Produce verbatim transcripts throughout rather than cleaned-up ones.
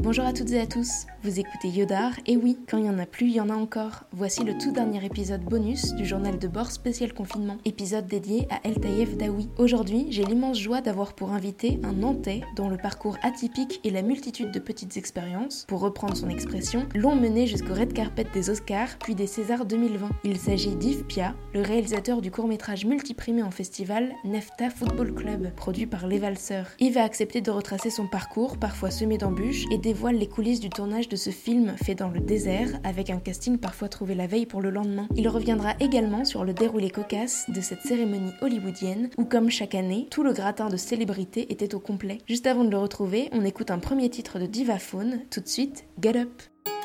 Bonjour à toutes et à tous, vous écoutez Yodar, et oui, quand il n'y en a plus, il y en a encore. Voici le tout dernier épisode bonus du journal de bord spécial confinement, épisode dédié à El Taïef Daoui. Aujourd'hui, j'ai l'immense joie d'avoir pour invité un Nantais dont le parcours atypique et la multitude de petites expériences, pour reprendre son expression, l'ont mené jusqu'au red carpet des Oscars, puis des Césars deux mille vingt. Il s'agit d'Yves Piat, le réalisateur du court-métrage multiprimé en festival Nefta Football Club, produit par Les Valseurs. Yves a accepté de retracer son parcours, parfois semé d'embûches, et dévoile les coulisses du tournage de ce film fait dans le désert, avec un casting parfois trouvé la veille pour le lendemain. Il reviendra également sur le déroulé cocasse de cette cérémonie hollywoodienne, où comme chaque année, tout le gratin de célébrités était au complet. Juste avant de le retrouver, on écoute un premier titre de Divaphone, tout de suite, Get Up.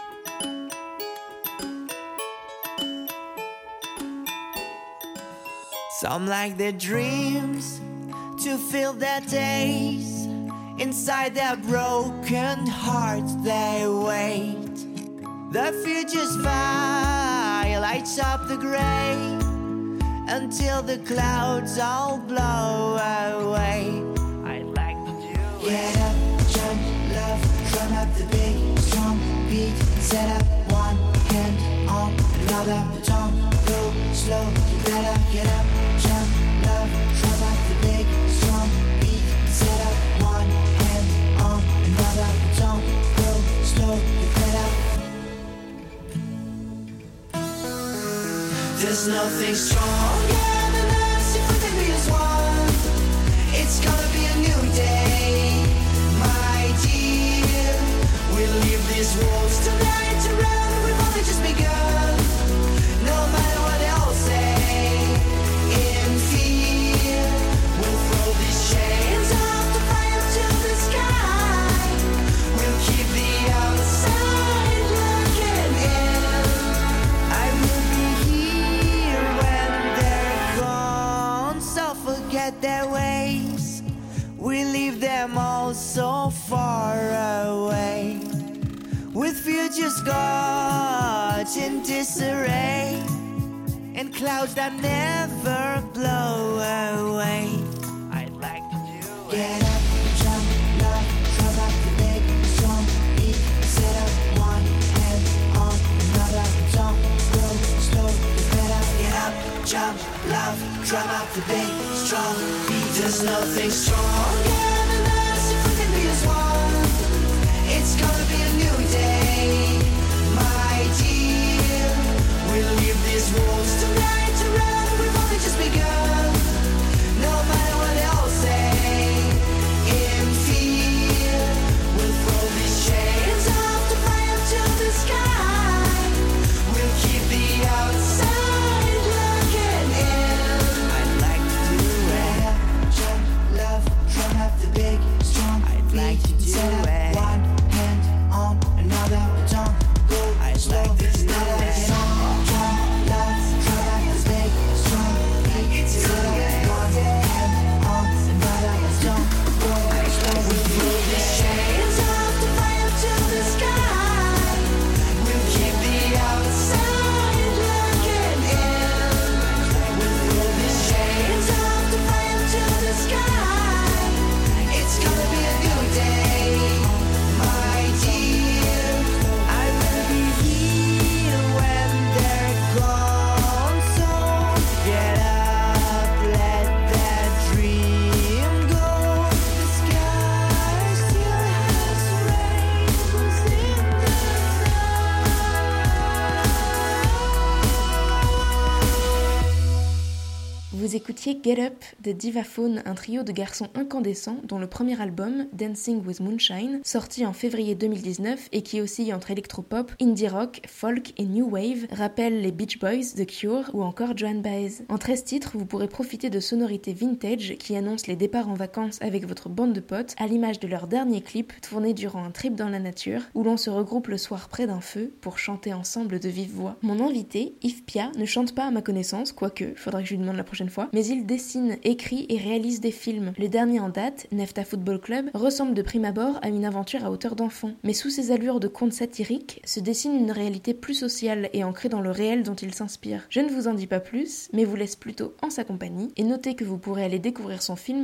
Some like their dreams to fill their days. Inside their broken hearts they wait. The future's fire lights up the grey until the clouds all blow away. I'd like to do Get up, jump, love, drum up the big, strong beat. Set up one hand on another, don't go slow. You better get up, jump, love, drum up the big, strong beat. Set up one hand on another, don't go slow. You better. There's nothing stronger than us if we can be as one. It's gonna be a new day, my dear. We'll leave these walls tonight to run. We've only just begun. No matter what they'll say, in fear, we'll throw these chains off the fire to the sky. We'll keep the outside looking in. I will be here when they're gone, so forget their ways. We leave them all so far away, with futures caught in disarray and clouds that never blow away. I'd like to do it. Get up, jump, love, drum up the big, strong beat. Set up one hand on another, don't go slow. You better get up, jump, love, drum up the big, strong beat. There's nothing stronger than us if we can be as one. It's gonna be a new day, my dear. We'll leave these walls tonight to run. We've only just begun. No matter what they'll say, in fear, we'll throw these chains off the fire to the sky. We'll keep the outside looking in. I'd like to do it. Jump, love, drum up the big, strong. I'd like to do it. Vous écoutiez Get Up de Divaphone, un trio de garçons incandescents dont le premier album, Dancing with Moonshine, sorti en février deux mille dix-neuf et qui oscille entre électropop, indie rock, folk et new wave, rappelle les Beach Boys, The Cure ou encore Joan Baez. En treize titres, vous pourrez profiter de sonorités vintage qui annoncent les départs en vacances avec votre bande de potes, à l'image de leur dernier clip tourné durant un trip dans la nature, où l'on se regroupe le soir près d'un feu pour chanter ensemble de vive voix. Mon invité, Yves Piat, ne chante pas à ma connaissance, quoique, faudrait que je lui demande la prochaine fois, mais il dessine, écrit et réalise des films. Le dernier en date, Nefta Football Club, ressemble de prime abord à une aventure à hauteur d'enfant. Mais sous ses allures de conte satirique, se dessine une réalité plus sociale et ancrée dans le réel dont il s'inspire. Je ne vous en dis pas plus, mais vous laisse plutôt en sa compagnie, et notez que vous pourrez aller découvrir son film puisqu'il est disponible en lien dans la description de ce podcast. Bonne écoute! Some like their dreams to fill their days. My dear, we'll leave these walls tonight to run. We've only just begun. No matter what they'll say, in fear, we'll throw these chains off the fire to the sky. We'll keep the outside looking in. I'd like to do it. Jump, love, drum up the big, strong beat. Set up one hand on another, don't go slow. You better get up, jump, love, drum up the big, strong beat. There's nothing stronger than us if we can be as one. It's gonna be a new day, my dear. We'll leave these walls tonight to run. We've only just begun. No matter what they'll say, in fear, we'll throw these chains off the fire to the sky. We'll keep the outside looking in. I'd like to do it.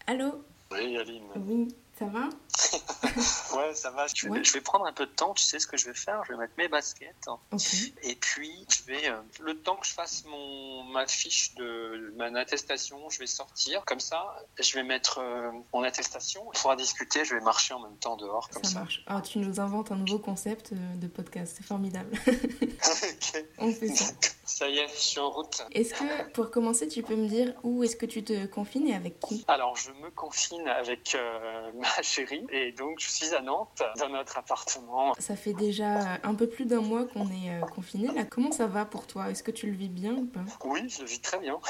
Allô? Oui, Aline. Oui, ça va? Ouais, ça va. Je vais, Ouais. je vais prendre un peu de temps. Tu sais ce que je vais faire? Je vais mettre mes baskets. Ok. Et puis, je vais, euh, le temps que je fasse mon, ma fiche de ma attestation, je vais sortir. Comme ça, je vais mettre euh, mon attestation. On pourra discuter. Je vais marcher en même temps dehors. Comme Ça ça. marche. Ah, tu nous inventes un nouveau concept euh, de podcast, c'est formidable. Ok. On fait ça. Ça y est, je suis en route. Est-ce que, pour commencer, tu peux me dire où est-ce que tu te confines et avec qui? Alors, je me confine avec euh, ma chérie. Et donc, je suis à Nantes, dans notre appartement. Ça fait déjà un peu plus d'un mois qu'on est euh, confinés, là. Comment ça va pour toi? Est-ce que tu le vis bien ou pas? Oui, je le vis très bien.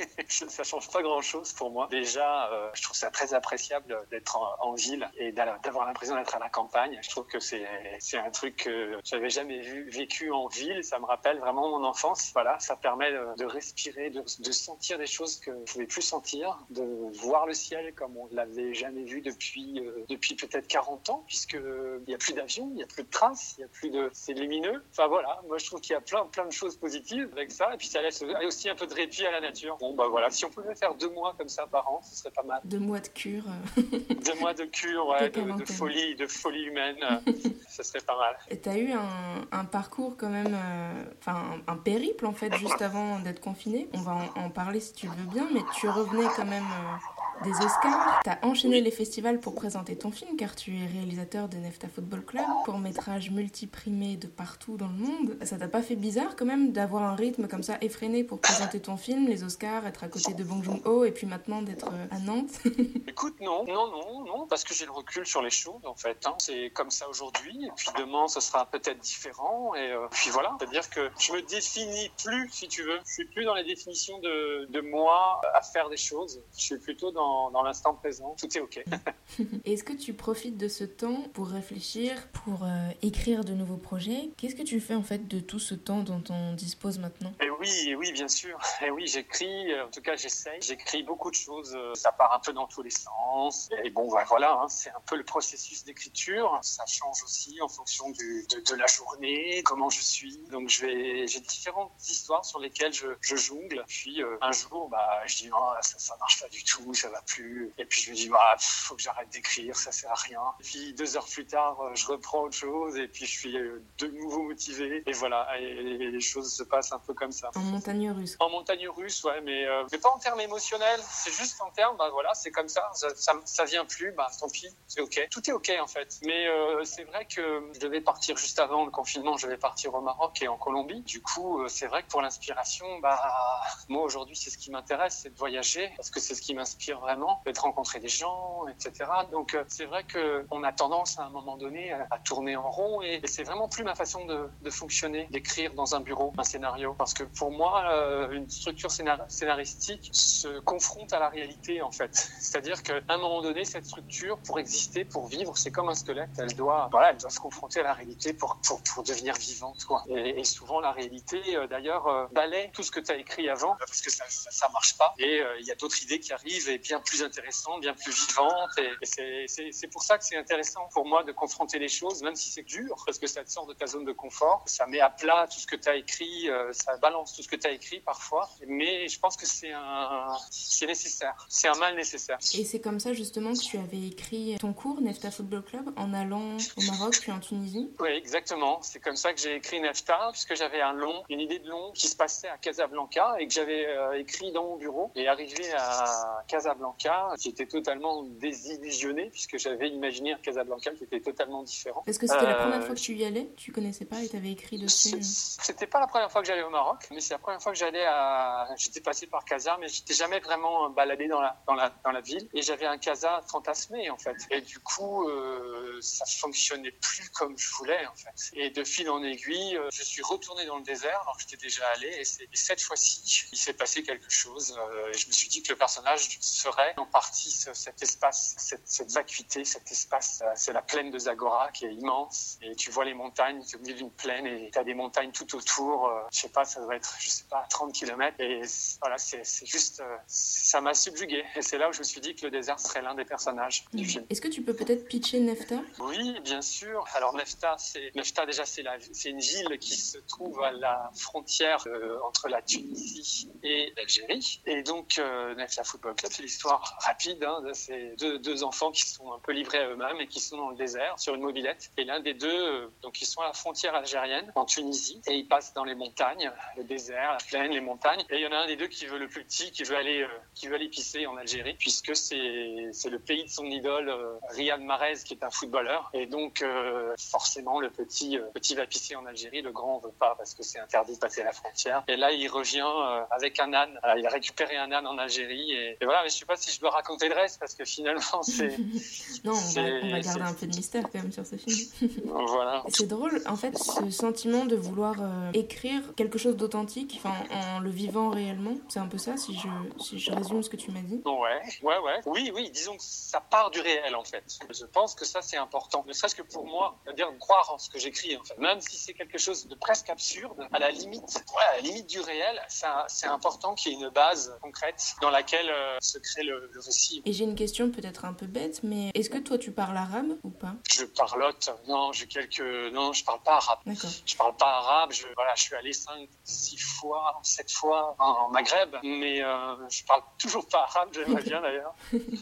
Ça change pas grand-chose pour moi. Déjà, euh, je trouve ça très appréciable d'être en, en ville et d'avoir l'impression d'être à la campagne. Je trouve que c'est c'est un truc que j'avais jamais vu vécu en ville. Ça me rappelle vraiment mon enfance. Voilà, ça permet de, de respirer, de, de sentir des choses que je pouvais plus sentir, de voir le ciel comme on l'avait jamais vu depuis euh, depuis peut-être quarante ans, puisque il y a plus d'avions, il y a plus de traces, il y a plus de c'est lumineux. Enfin voilà, moi je trouve qu'il y a plein plein de choses positives avec ça, et puis ça laisse aussi un peu de répit à la nature. Bon bah voilà, si on pouvait faire deux mois comme ça par an, ce serait pas mal. Deux mois de cure. euh. Deux mois de cure, ouais, De de, de quarantaine. folie, de folie humaine, euh, ça serait pas mal. Et t'as eu un, un parcours quand même, euh, enfin un, un périple en fait, juste avant d'être confiné. On va en, en parler si tu le veux bien, mais tu revenais quand même euh, des Oscars. T'as enchaîné les festivals pour présenter ton film, car tu es réalisateur de Nefta Football Club, court-métrage multiprimé de partout dans le monde. Ça t'a pas fait bizarre quand même d'avoir un rythme comme ça effréné pour présenter ton film, les Oscars, être à côté de Bong Joon-ho et puis maintenant d'être euh, à Nantes? Écoute, non, non, non, non, parce que j'ai le recul sur les choses, en fait. Hein. C'est comme ça aujourd'hui, et puis demain, ce sera peut-être différent, et euh, puis voilà. C'est-à-dire que je me définis plus, si tu veux. Je suis plus dans la définition de, de moi à faire des choses. Je suis plutôt dans, dans l'instant présent. Tout est OK. Est-ce que tu profites de ce temps pour réfléchir, pour euh, écrire de nouveaux projets? Qu'est-ce que tu fais en fait de tout ce temps dont on dispose maintenant? Et oui, et oui, bien sûr. Et oui, j'écris, euh, en tout cas, j'essaye. J'écris beaucoup de choses. euh, Ça part un peu dans tous les sens. Et bon, bah, voilà, hein, c'est un peu le processus d'écriture. Ça change aussi en fonction du, de, de la journée, comment je suis. Donc, je vais, j'ai différentes histoires sur lesquelles je, je jongle. Puis, euh, un jour, bah, je dis, oh, ça, ça marche pas du tout, ça va plus. Et puis, je me dis, bah, pff, faut que j'arrête d'écrire, ça sert à rien. Et puis, deux heures plus tard, euh, je reprends autre chose. Et puis, je suis euh, de nouveau motivé. Et voilà, et, et les choses se passent un peu comme ça. En montagne russe. En montagne russe, ouais, mais, euh, mais pas en termes émotionnels. C'est juste en termes, bah voilà, c'est comme ça. Ça, ça, ça vient plus, bah tant pis, c'est ok. Tout est ok en fait. Mais euh, c'est vrai que je devais partir juste avant le confinement. Je devais partir au Maroc et en Colombie. Du coup, euh, c'est vrai que pour l'inspiration, bah moi aujourd'hui, c'est ce qui m'intéresse, c'est de voyager parce que c'est ce qui m'inspire vraiment, de rencontrer des gens, et cetera. Donc euh, c'est vrai que on a tendance à un moment donné à, à tourner en rond et, et c'est vraiment plus ma façon de, de fonctionner, d'écrire dans un bureau un scénario. Parce que pour moi, euh, une structure scénar- scénaristique se confronte à la réalité en fait. C'est-à-dire qu'à un moment donné, cette structure, pour exister, pour vivre, c'est comme un squelette. Elle doit, voilà, elle doit se confronter à la réalité pour pour, pour devenir vivante, quoi. Et, et souvent, la réalité, euh, d'ailleurs, euh, balaie tout ce que tu as écrit avant parce que ça, ça, ça marche pas. Et il euh, y a d'autres idées qui arrivent et bien plus intéressantes, bien plus vivantes. Et, et c'est, c'est, c'est pour ça que c'est intéressant pour moi de confronter les choses, même si c'est dur, parce que ça te sort de ta zone de confort. Ça met à plat tout ce que tu as écrit, euh, ça balance tout ce que tu as écrit parfois. Mais je pense que c'est un, c'est nécessaire. C'est un mal nécessaire. Et c'est comme ça justement que tu avais écrit ton cours Nefta Football Club en allant au Maroc puis en Tunisie? Oui, exactement. C'est comme ça que j'ai écrit Nefta, puisque j'avais un long, une idée de long qui se passait à Casablanca et que j'avais euh, écrit dans mon bureau. Et arrivé à Casablanca, j'étais totalement désillusionné puisque j'avais imaginé un Casablanca qui était totalement différent. Parce que c'était Euh, la première fois que tu y allais? Tu connaissais pas et t'avais écrit dessus? C'est- C'était pas la première fois que j'allais au Maroc, mais c'est la première fois que j'allais à. J'étais passé par Casa, mais j'étais jamais vraiment baladé dans la dans la dans la ville. Et j'avais un Casa fantasmé en fait. Et du coup, euh, ça fonctionnait plus comme je voulais en fait. Et de fil en aiguille, euh, je suis retourné dans le désert alors que j'étais déjà allé. Et, c'est, et cette fois-ci, il s'est passé quelque chose. Euh, et je me suis dit que le personnage serait en partie ce, cet espace, cette, cette vacuité, cet espace. Euh, c'est la plaine de Zagora qui est immense. Et tu vois les montagnes, tu es au milieu d'une plaine et tu as des montagnes tout autour. Euh, je sais pas, ça doit être être, je sais pas, trente kilomètres. Et voilà, c'est, c'est juste, euh, ça m'a subjugué. Et c'est là où je me suis dit que le désert serait l'un des personnages du film. Est-ce que tu peux peut-être pitcher Nefta ? Oui, bien sûr. Alors Nefta, c'est Nefta déjà, c'est la, c'est une ville qui se trouve à la frontière euh, entre la Tunisie et l'Algérie. Et donc euh, Nefta Football Club, c'est l'histoire rapide hein, de ces deux, deux enfants qui sont un peu livrés à eux-mêmes et qui sont dans le désert sur une mobilette. Et l'un des deux, euh, donc ils sont à la frontière algérienne en Tunisie et ils passent dans les montagnes, le désert, la plaine, les montagnes. Et il y en a un des deux qui veut le plus petit, qui veut aller, euh, qui veut aller pisser en Algérie, puisque c'est c'est le pays de son idole euh, Riyad Mahrez, qui est un footballeur. Et donc euh, forcément le petit euh, petit va pisser en Algérie, le grand veut pas parce que c'est interdit de passer la frontière. Et là il revient euh, avec un âne. Euh, il a récupéré un âne en Algérie et, et voilà. Mais je sais pas si je dois raconter le reste parce que finalement c'est non, on c'est, va, on va garder c'est... un peu de mystère quand même sur ce film. Voilà. C'est drôle, en fait, ce sentiment de vouloir euh, écrire quelque chose d'authentique, enfin, en le vivant réellement, c'est un peu ça, si je, si je résume ce que tu m'as dit. Ouais, ouais, ouais. Oui, oui, disons que ça part du réel, en fait. Je pense que ça, c'est important. Ne serait-ce que pour moi, c'est-à-dire croire en ce que j'écris, en fait. Même si c'est quelque chose de presque absurde, à la limite, ouais, à la limite du réel, ça, c'est important qu'il y ait une base concrète dans laquelle euh, se crée le, le récit. Et j'ai une question peut-être un peu bête, mais est-ce que toi, tu parles arabe ou pas ? Je parlote. Non, j'ai quelques... Non, je parle pas arabe. D'accord. Je parle pas arabe. Je, voilà, je suis allé cinq, six fois, sept fois en, en Maghreb, mais euh, je parle toujours pas arabe. J'aimerais bien d'ailleurs.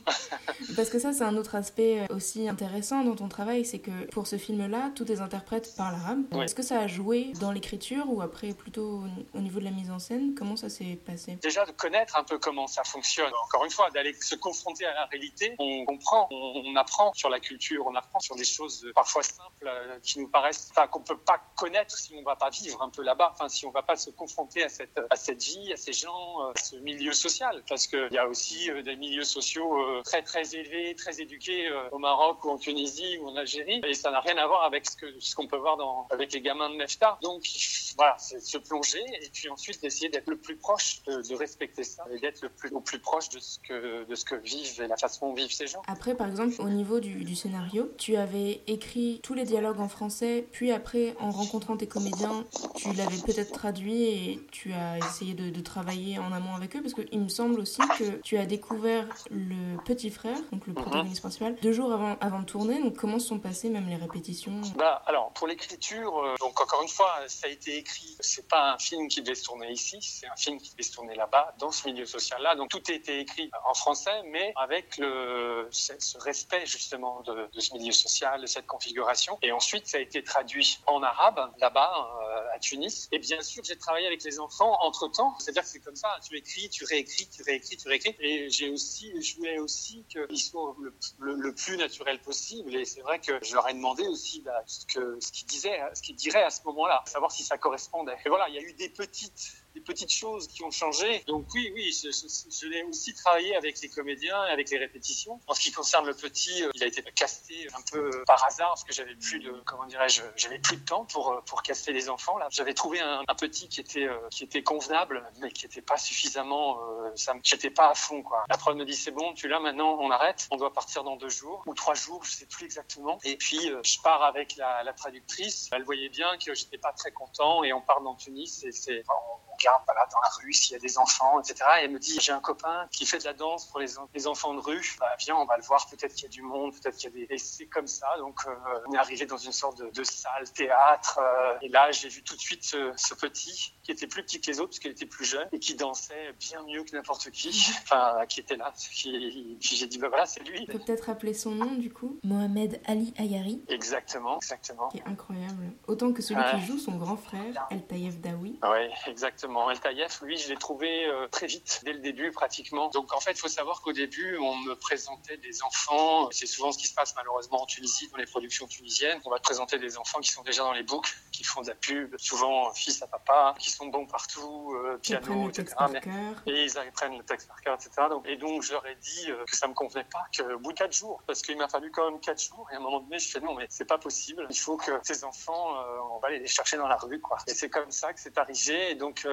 Parce que ça, c'est un autre aspect aussi intéressant dans ton travail, c'est que pour ce film-là, tous tes interprètes parlent arabe. Oui. Est-ce que ça a joué dans l'écriture ou après plutôt au niveau de la mise en scène ? Comment ça s'est passé ? Déjà de connaître un peu comment ça fonctionne. Encore une fois, d'aller se confronter à la réalité, on comprend, on, on apprend sur la culture, on apprend sur des choses parfois simples euh, qui nous paraissent, enfin, qu'on peut pas connaître si on va pas vivre un peu là-bas, enfin si on va pas se confronter à cette à cette vie, à ces gens, euh, à ce milieu social, parce que il y a aussi euh, des milieux sociaux euh, très très élevés, très éduqués euh, au Maroc ou en Tunisie ou en Algérie, et ça n'a rien à voir avec ce que ce qu'on peut voir dans avec les gamins de Nefta. Donc voilà, c'est se plonger et puis ensuite d'essayer d'être le plus proche, de, de respecter ça et d'être le plus au plus proche de ce que de ce que vivent et la façon dont vivent ces gens. Après, par exemple, au niveau du, du scénario, tu avais écrit tous les dialogues en français, puis après, en rencontrant tes comédiens, tu l'avais peut-être traduit et tu as essayé de, de travailler en amont avec eux, parce qu'il me semble aussi que tu as découvert le petit frère, donc le protagoniste principal, deux jours avant, avant de tourner. Donc comment se sont passées même les répétitions ? Bah, alors, pour l'écriture, euh, donc encore une fois, ça a été écrit. C'est pas un film qui devait se tourner ici, c'est un film qui devait se tourner là-bas, dans ce milieu social-là. Donc tout a été écrit en français, mais avec le, ce respect justement de, de ce milieu social, de cette configuration. Et ensuite, ça a été traduit en arabe, là-bas, euh, à Tunis. Et bien sûr, j'ai travaillé avec les enfants entre-temps. C'est-à-dire que c'est comme ça, tu écris, tu réécris, tu réécris, tu réécris. Et j'ai aussi, je voulais aussi qu'ils soient le, le, le plus naturel possible. Et c'est vrai que je leur ai demandé aussi bah, ce que ce qu'ils disaient, ce qu'ils diraient à ce moment-là, savoir si ça correspondait. Et voilà, il y a eu des petites des petites choses qui ont changé. Donc oui, oui, je, je, je l'ai aussi travaillé avec les comédiens et avec les répétitions. En ce qui concerne le petit, il a été casté un peu par hasard parce que j'avais plus de, comment dirais-je, j'avais plus de temps pour pour caster les enfants. Là, j'avais trouvé un, un petit qui était qui était convenable, mais qui était pas suffisamment, euh, ça, j'étais pas à fond quoi. La prod me dit c'est bon, tu l'as maintenant, on arrête. On doit partir dans deux jours ou trois jours, je sais plus exactement. Et puis euh, je pars avec la, la traductrice. Elle voyait bien que j'étais pas très content et on part dans Tunis et c'est enfin, on regarde voilà, dans la rue s'il y a des enfants, et cetera. Et elle me dit, j'ai un copain qui fait de la danse pour les, les enfants de rue. Bah, viens, on va le voir. Peut-être qu'il y a du monde, peut-être qu'il y a des... Et c'est comme ça. Donc, euh, on est arrivé dans une sorte de, de salle, théâtre. Euh, et là, j'ai vu tout de suite ce, ce petit qui était plus petit que les autres parce qu'il était plus jeune et qui dansait bien mieux que n'importe qui. Enfin, qui était là. Qui... Puis j'ai dit, bah voilà, c'est lui. On peut peut-être rappeler son nom, du coup. Mohamed Ali Ayari. Exactement, exactement. Qui est incroyable. Autant que celui ouais. qui joue son grand frère, El Tayef Daoui. Oui, exactement. El Tayef, lui, je l'ai trouvé euh, très vite, dès le début pratiquement. Donc en fait, il faut savoir qu'au début, on me présentait des enfants. C'est souvent ce qui se passe malheureusement en Tunisie, dans les productions tunisiennes. On va te présenter des enfants qui sont déjà dans les books, qui font de la pub, souvent fils à papa, qui sont bons partout, euh, piano, et cetera. Par mais... Et ils apprennent le texte par cœur, et cetera. Donc, et donc je leur ai dit euh, que ça me convenait pas, qu'au bout de quatre jours, parce qu'il m'a fallu quand même quatre jours. Et à un moment donné, je fais non, mais c'est pas possible. Il faut que ces enfants, euh, on va aller les chercher dans la rue, quoi. Et c'est comme ça que c'est arrivé. Et donc euh,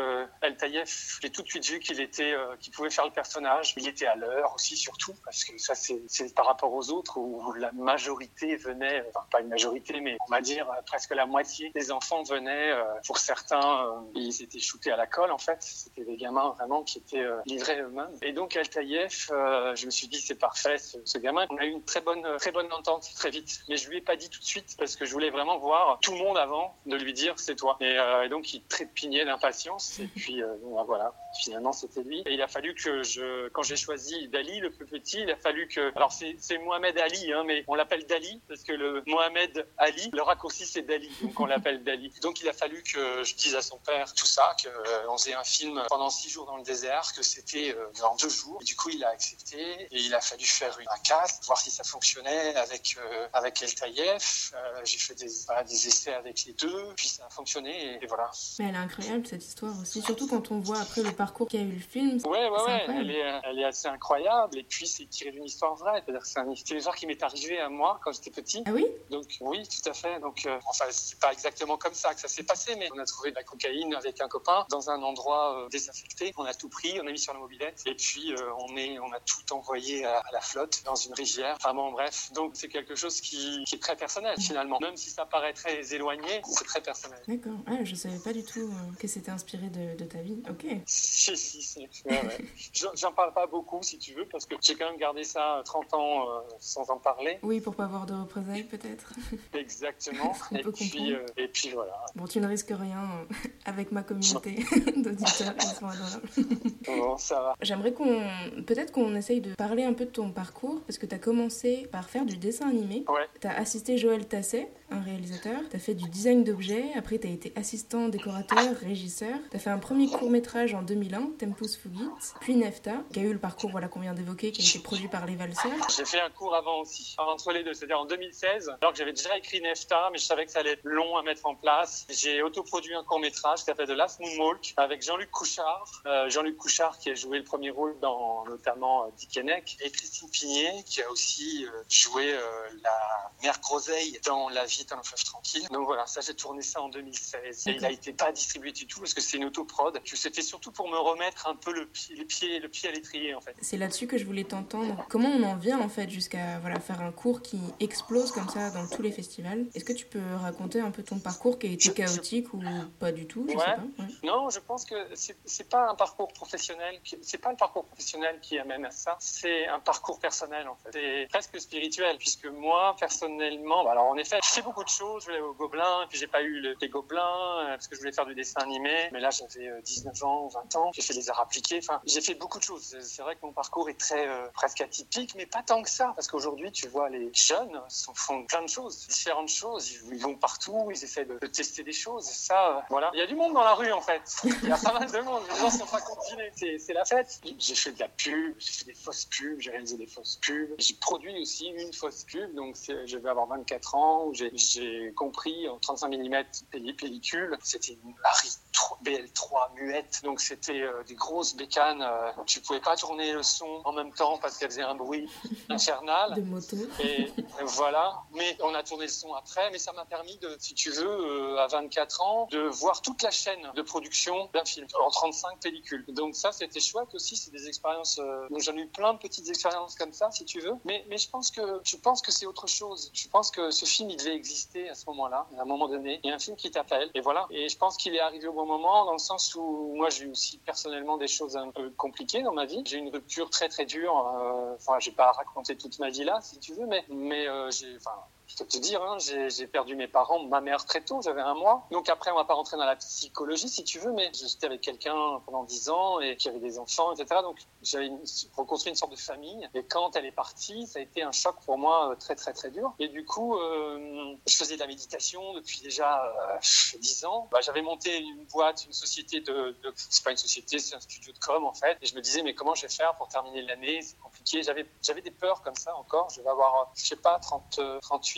euh, El Tayef, j'ai tout de suite vu qu'il était, euh, qu'il pouvait faire le personnage. Il était à l'heure aussi, surtout, parce que ça, c'est, c'est par rapport aux autres où la majorité venait, enfin pas une majorité, mais on va dire euh, presque la moitié des enfants venaient. Euh, pour certains, euh, ils étaient shootés à la colle, en fait. C'était des gamins vraiment qui étaient euh, livrés eux-mêmes. Et donc El Tayef, euh, je me suis dit c'est parfait, ce, ce gamin. On a eu une très bonne, très bonne entente très vite. Mais je lui ai pas dit tout de suite parce que je voulais vraiment voir tout le monde avant de lui dire c'est toi. Et, euh, et donc il trépignait d'impatience. Et puis euh, voilà, finalement c'était lui. Et il a fallu que je, quand j'ai choisi Dali, le plus petit, il a fallu que, alors c'est, c'est Mohamed Ali, hein, mais on l'appelle Dali parce que le Mohamed Ali, le raccourci c'est Dali, donc on l'appelle Dali. Donc il a fallu que je dise à son père tout ça, qu'on euh, faisait un film pendant six jours dans le désert, que c'était euh, dans deux jours. Et du coup il a accepté et il a fallu faire une cast, voir si ça fonctionnait avec euh, avec El Tayef. Euh, j'ai fait des, voilà, des essais avec les deux, puis ça a fonctionné et, et voilà. Mais elle est incroyable cette histoire aussi, surtout quand on voit après le parcours qu'a eu le film. Ouais, ouais, c'est ouais, elle est, elle est assez incroyable. Et puis c'est tiré d'une histoire vraie. C'est-à-dire que c'est un- c'est une histoire qui m'est arrivée à moi quand j'étais petit. Ah oui? Donc oui, tout à fait. Donc euh, enfin, c'est pas exactement comme ça que ça s'est passé, mais on a trouvé de la cocaïne avec un copain dans un endroit euh, désaffecté. On a tout pris, on a mis sur la mobilette, et puis euh, on est, on a tout envoyé à, à la flotte dans une rivière. Enfin bon, bref. Donc c'est quelque chose qui, qui est très personnel finalement. Même si ça paraît très éloigné, c'est très personnel. D'accord. Ah, je savais pas du tout euh, que c'était inspiré de, de ta vie. Ok. Si, si, si. Ouais, ouais. J'en j'en parle pas beaucoup, si tu veux, parce que j'ai quand même gardé ça trente ans euh, sans en parler. Oui, pour pas avoir de représailles peut-être. Exactement. On Et peut puis, comprendre. euh, et puis voilà. Bon, tu ne risques rien euh, avec ma communauté d'auditeurs, ils sont adorables. Bon, ça va. J'aimerais qu'on, peut-être qu'on essaye de parler un peu de ton parcours, parce que tu as commencé par faire du dessin animé. Ouais. Tu as assisté Joël Tasset, un réalisateur. Tu as fait du design d'objets. Après, tu as été assistant, décorateur, régisseur. Tu as fait un premier court-métrage en deux mille un, Tempus Fugit. Puis Nefta, qui a eu le parcours voilà, qu'on vient d'évoquer, qui a été produit par Les Valseurs. J'ai fait un cours avant aussi, entre les deux, c'est-à-dire en deux mille seize, alors que j'avais déjà écrit Nefta, mais je savais que ça allait être long à mettre en place. J'ai autoproduit un court-métrage qui s'appelle The Last Moonwalk avec Jean-Luc Couchard. Euh, Jean-Luc Couchard qui a joué le premier rôle dans notamment euh, Dick Henneck, et Christine Pigné qui a aussi euh, joué euh, la mère Groseille dans La vie est un long fleuve tranquille. Donc voilà, ça j'ai tourné ça en deux mille seize. Et il a été pas distribué du tout parce que c'est une autoprod. C'était surtout pour me remettre un peu le pied, les pieds, le pied à l'étrier en fait. C'est là-dessus que je voulais t'entendre. Comment on en vient en fait jusqu'à voilà, faire un cours qui explose comme ça dans tous les festivals? Est-ce que tu peux raconter un peu ton parcours qui a été Je- chaotique ou pas du tout? Je Ouais. sais pas. Ouais. Non, je pense que c'est, c'est pas un parcours professionnel, qui- c'est pas le parcours professionnel qui amène à ça, c'est un parcours personnel en fait. C'est presque spirituel, puisque moi, personnellement, bah, alors en effet, j'ai fait beaucoup de choses, je voulais aller au Gobelins, puis j'ai pas eu le, les Gobelins, euh, parce que je voulais faire du dessin animé, mais là j'avais euh, dix-neuf ans, vingt ans, j'ai fait les arts appliqués, enfin, j'ai fait beaucoup de choses. C'est, c'est vrai que mon parcours est très, euh, presque atypique, mais pas tant que ça, parce qu'aujourd'hui, tu vois, les jeunes sont, font plein de choses, différentes choses, ils, ils vont partout, ils essaient de, de tester des choses, et ça, euh, voilà. Il y a du monde dans la rue, en fait. Il y a pas mal de monde, les gens sont pas confinés, c'est, c'est la fête. J'ai fait de la pub, j'ai fait des fausses pubs, j'ai réalisé des fausses pubs, j'ai produit aussi une fausse pub, donc c'est, je vais avoir vingt-quatre ans, où j'ai, j'ai compris en trente-cinq millimètres pellicule, c'était une Harry B L trois muette, donc c'était euh, des grosses bécanes, euh, tu pouvais pas tourner le son en même temps parce qu'elle faisait un bruit infernal. De moto. Et voilà, mais on a tourné le son après, mais ça m'a permis de, si tu veux, euh, à vingt-quatre ans, de voir toute la chaîne de production d'un film en trente-cinq pellicules. Donc ça, c'était chouette aussi, c'est des expériences, euh, donc j'en ai eu plein de petites expériences comme ça, si tu veux, mais, mais je pense que, je pense que c'est autre chose. Je pense que ce film, il devait exister à ce moment-là, à un moment donné. Il y a un film qui t'appelle, et voilà. Et je pense qu'il est arrivé au bon moment, dans le sens où moi, j'ai eu aussi personnellement des choses un peu compliquées dans ma vie. J'ai eu une rupture très très dure, euh, enfin, j'ai pas raconté toute ma vie là, si tu veux, mais, mais euh, j'ai, enfin, je peux te dire, hein, j'ai, j'ai perdu mes parents, ma mère très tôt, j'avais un mois. Donc après, on va pas rentrer dans la psychologie, si tu veux, mais j'étais avec quelqu'un pendant dix ans et qui avait des enfants, et cetera. Donc j'avais une, reconstruit une sorte de famille. Et quand elle est partie, ça a été un choc pour moi euh, très très très dur. Et du coup, euh, je faisais de la méditation depuis déjà euh, dix ans. Bah, j'avais monté une boîte, une société de, de, c'est pas une société, c'est un studio de com en fait. Et je me disais, mais comment je vais faire pour terminer l'année? C'est compliqué. J'avais, j'avais des peurs comme ça encore. Je vais avoir, je sais pas, trente, trente-huit,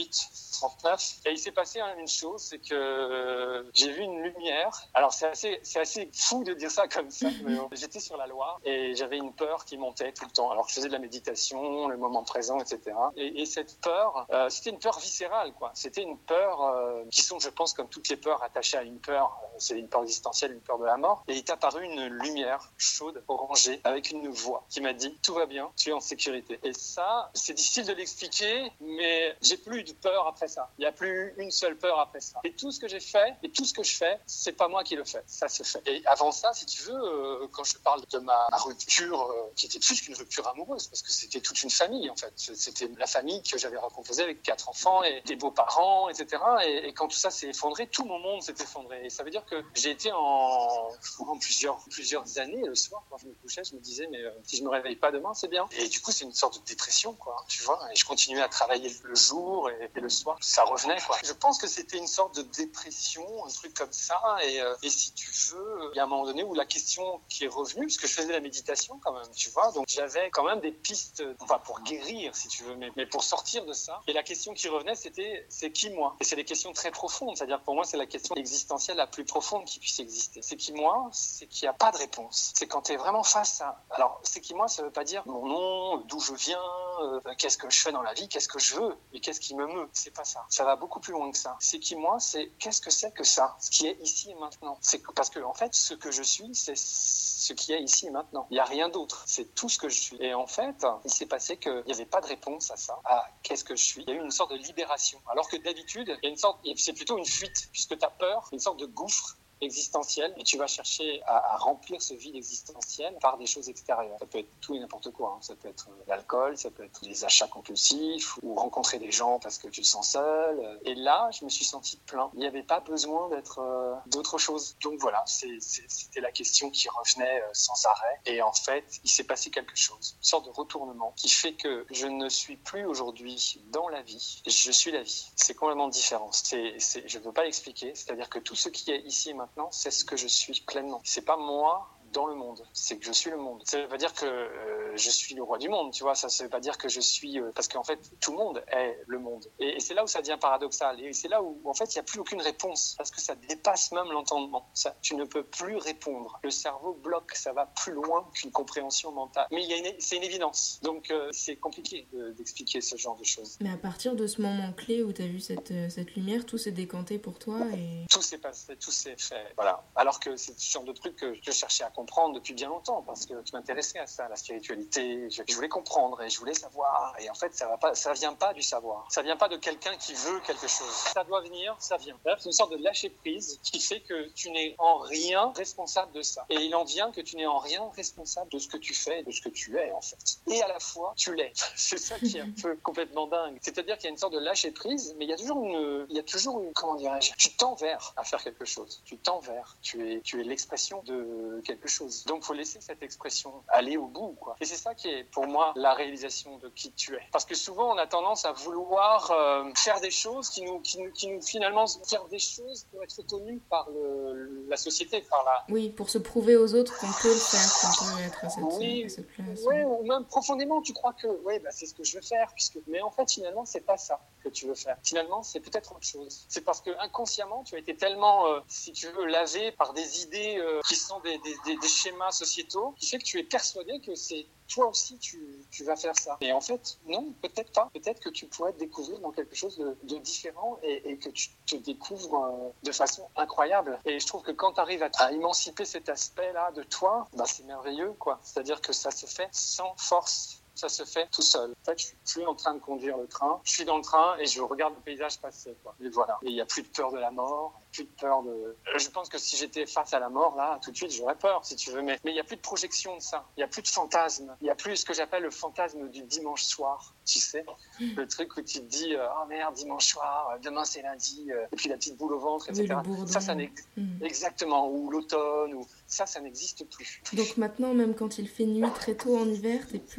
trente-huit, trente-neuf. Et il s'est passé hein, une chose, c'est que euh, j'ai vu une lumière. Alors c'est assez, c'est assez fou de dire ça comme ça, mais euh, j'étais sur la Loire et j'avais une peur qui montait tout le temps. Alors je faisais de la méditation, le moment présent, et cetera. Et, et cette peur, euh, c'était une peur viscérale, quoi. C'était une peur euh, qui sont, je pense, comme toutes les peurs attachées à une peur. Euh, c'est une peur existentielle, une peur de la mort. Et il est apparu une lumière chaude, orangée, avec une voix qui m'a dit « Tout va bien, tu es en sécurité ». Et ça, c'est difficile de l'expliquer, mais j'ai plus de peur après ça. Il n'y a plus une seule peur après ça. Et tout ce que j'ai fait, et tout ce que je fais, c'est pas moi qui le fais. Ça se fait. Et avant ça, si tu veux, euh, quand je parle de ma rupture, euh, qui était plus qu'une rupture amoureuse, parce que c'était toute une famille, en fait. C'était la famille que j'avais recomposée avec quatre enfants et des beaux-parents, et cetera. Et, et quand tout ça s'est effondré, tout mon monde s'est effondré. Et ça veut dire que j'ai été en, en plusieurs, plusieurs années, le soir, quand je me couchais, je me disais, mais euh, si je me réveille pas demain, c'est bien. Et du coup, c'est une sorte de dépression, quoi, tu vois. Et je continuais à travailler le jour et, et le soir, ça revenait, quoi. Je pense que c'était une sorte de dépression, un truc comme ça. Et, euh, et si tu veux, il y a un moment donné où la question qui est revenue, parce que je faisais de la méditation quand même, tu vois. Donc j'avais quand même des pistes, pas pour guérir, si tu veux, mais, mais pour sortir de ça. Et la question qui revenait, c'était, c'est qui moi? Et c'est des questions très profondes. C'est-à-dire pour moi, c'est la question existentielle la plus profonde qui puisse exister. C'est qui moi? C'est qu'il n'y a pas de réponse. C'est quand tu es vraiment face à... Alors, c'est qui moi? Ça veut pas dire mon nom, d'où je viens, euh, qu'est-ce que je fais dans la vie, qu'est-ce que je veux, et qu'est-ce qui me meut. C'est pas ça. Ça va beaucoup plus loin que ça. C'est qui moi? C'est qu'est-ce que c'est que ça? Ce qui est ici et maintenant. C'est parce que, en fait, ce que je suis, c'est ce qui est ici et maintenant. Il n'y a rien d'autre. C'est tout ce que je suis. Et en fait, il s'est passé qu'il n'y avait pas de réponse à ça. À qu'est-ce que je suis? Il y a eu une sorte de libération. Alors que d'habitude, il y a une sorte, c'est plutôt une fuite, puisque tu as peur, une sorte de gouffre existentiel et tu vas chercher à, à remplir ce vide existentiel par des choses extérieures. Ça peut être tout et n'importe quoi. Hein. Ça peut être euh, l'alcool, ça peut être des achats compulsifs ou rencontrer des gens parce que tu te sens seul. Et là, je me suis senti plein. Il n'y avait pas besoin d'être euh, d'autre chose. Donc voilà, c'est, c'est, c'était la question qui revenait euh, sans arrêt. Et en fait, il s'est passé quelque chose, une sorte de retournement qui fait que je ne suis plus aujourd'hui dans la vie. Je suis la vie. C'est complètement différent. C'est, c'est, je ne peux pas l'expliquer. C'est-à-dire que tout ce qui est ici et maintenant, maintenant, c'est ce que je suis pleinement. C'est pas moi dans le monde, c'est que je suis le monde. Ça veut pas dire que euh, je suis le roi du monde, tu vois, ça, ça veut pas dire que je suis... Euh, parce qu'en fait, tout le monde est le monde. Et, et c'est là où ça devient paradoxal. Et c'est là où, en fait, il n'y a plus aucune réponse, parce que ça dépasse même l'entendement. Ça, tu ne peux plus répondre. Le cerveau bloque, ça va plus loin qu'une compréhension mentale. Mais il y a une, c'est une évidence. Donc, euh, c'est compliqué de, d'expliquer ce genre de choses. Mais à partir de ce moment clé où tu as vu cette, cette lumière, tout s'est décanté pour toi et... Tout s'est passé, tout s'est fait, voilà. Alors que c'est ce genre de truc que je cherchais à comprendre depuis bien longtemps, parce que je m'intéressais à ça, à la spiritualité. Je, je voulais comprendre et je voulais savoir. Et en fait, ça va pas, ça vient pas du savoir. Ça vient pas de quelqu'un qui veut quelque chose. Ça doit venir, ça vient. C'est une sorte de lâcher prise qui fait que tu n'es en rien responsable de ça. Et il en vient que tu n'es en rien responsable de ce que tu fais et de ce que tu es, en fait. Et à la fois, tu l'es. C'est ça qui est un peu complètement dingue. C'est-à-dire qu'il y a une sorte de lâcher prise, mais il y a toujours une, il y a toujours une, comment dirais-je, tu tends vers à faire quelque chose. Tu tends vers. Tu es, tu es l'expression de quelque chose. Donc, il faut laisser cette expression aller au bout, quoi. Et c'est ça qui est, pour moi, la réalisation de qui tu es. Parce que souvent, on a tendance à vouloir euh, faire des choses qui nous, qui nous, qui nous, finalement, faire des choses pour être reconnues par le, la société, par la... Oui, pour se prouver aux autres qu'on peut le faire, qu'on peut être à cette, oui, à cette place. Oui, ou même profondément, tu crois que, ouais, bah, c'est ce que je veux faire, puisque... mais en fait, finalement, c'est pas ça que tu veux faire. Finalement, c'est peut-être autre chose. C'est parce que inconsciemment, tu as été tellement, euh, si tu veux, lavé par des idées euh, qui sont des, des, des, des schémas sociétaux, qui fait que tu es persuadé que c'est toi aussi tu, tu vas faire ça. Et en fait, non, peut-être pas. Peut-être que tu pourrais te découvrir dans quelque chose de, de différent et, et que tu te découvres euh, de façon incroyable. Et je trouve que quand tu arrives à, à émanciper cet aspect-là de toi, bah, c'est merveilleux, quoi. C'est-à-dire que ça se fait sans force. Ça se fait tout seul. En fait, je suis plus en train de conduire le train. Je suis dans le train et je regarde le paysage passer, quoi. Et voilà. Et il n'y a plus de peur de la mort, plus de peur de... Je pense que si j'étais face à la mort, là, tout de suite, j'aurais peur, si tu veux. Mais mais il n'y a plus de projection de ça. Il n'y a plus de fantasme. Il n'y a plus ce que j'appelle le fantasme du dimanche soir. Tu sais, le truc où tu te dis, euh, oh merde, dimanche soir, demain c'est lundi, euh, et puis la petite boule au ventre, et cetera. Oui, ça, ça n'existe mm. exactement. Ou l'automne, ou ça, ça n'existe plus. Donc maintenant, même quand il fait nuit très tôt en hiver, t'es plus... Euh...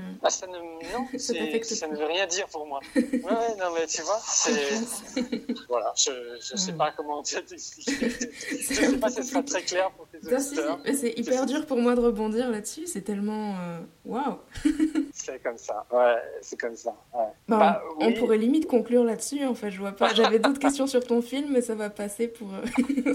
Ah, ça ne, non, Ça c'est, t'affecte ça pas. ne veut rien dire pour moi. Ouais, ouais, non, mais tu vois, c'est, voilà, je, je sais Ouais. pas comment t'expliquer. Je C'est sais un pas peu si ce sera compliqué. très clair pour tes Non, si, auditeurs. mais c'est hyper dur pour moi de rebondir là-dessus, c'est tellement... euh, Waouh. C'est comme ça, ouais, c'est comme ça, ouais. Bah, Bah, on, on oui, pourrait limite conclure là-dessus, en fait, je vois pas. J'avais d'autres questions sur ton film, mais ça va passer pour... euh,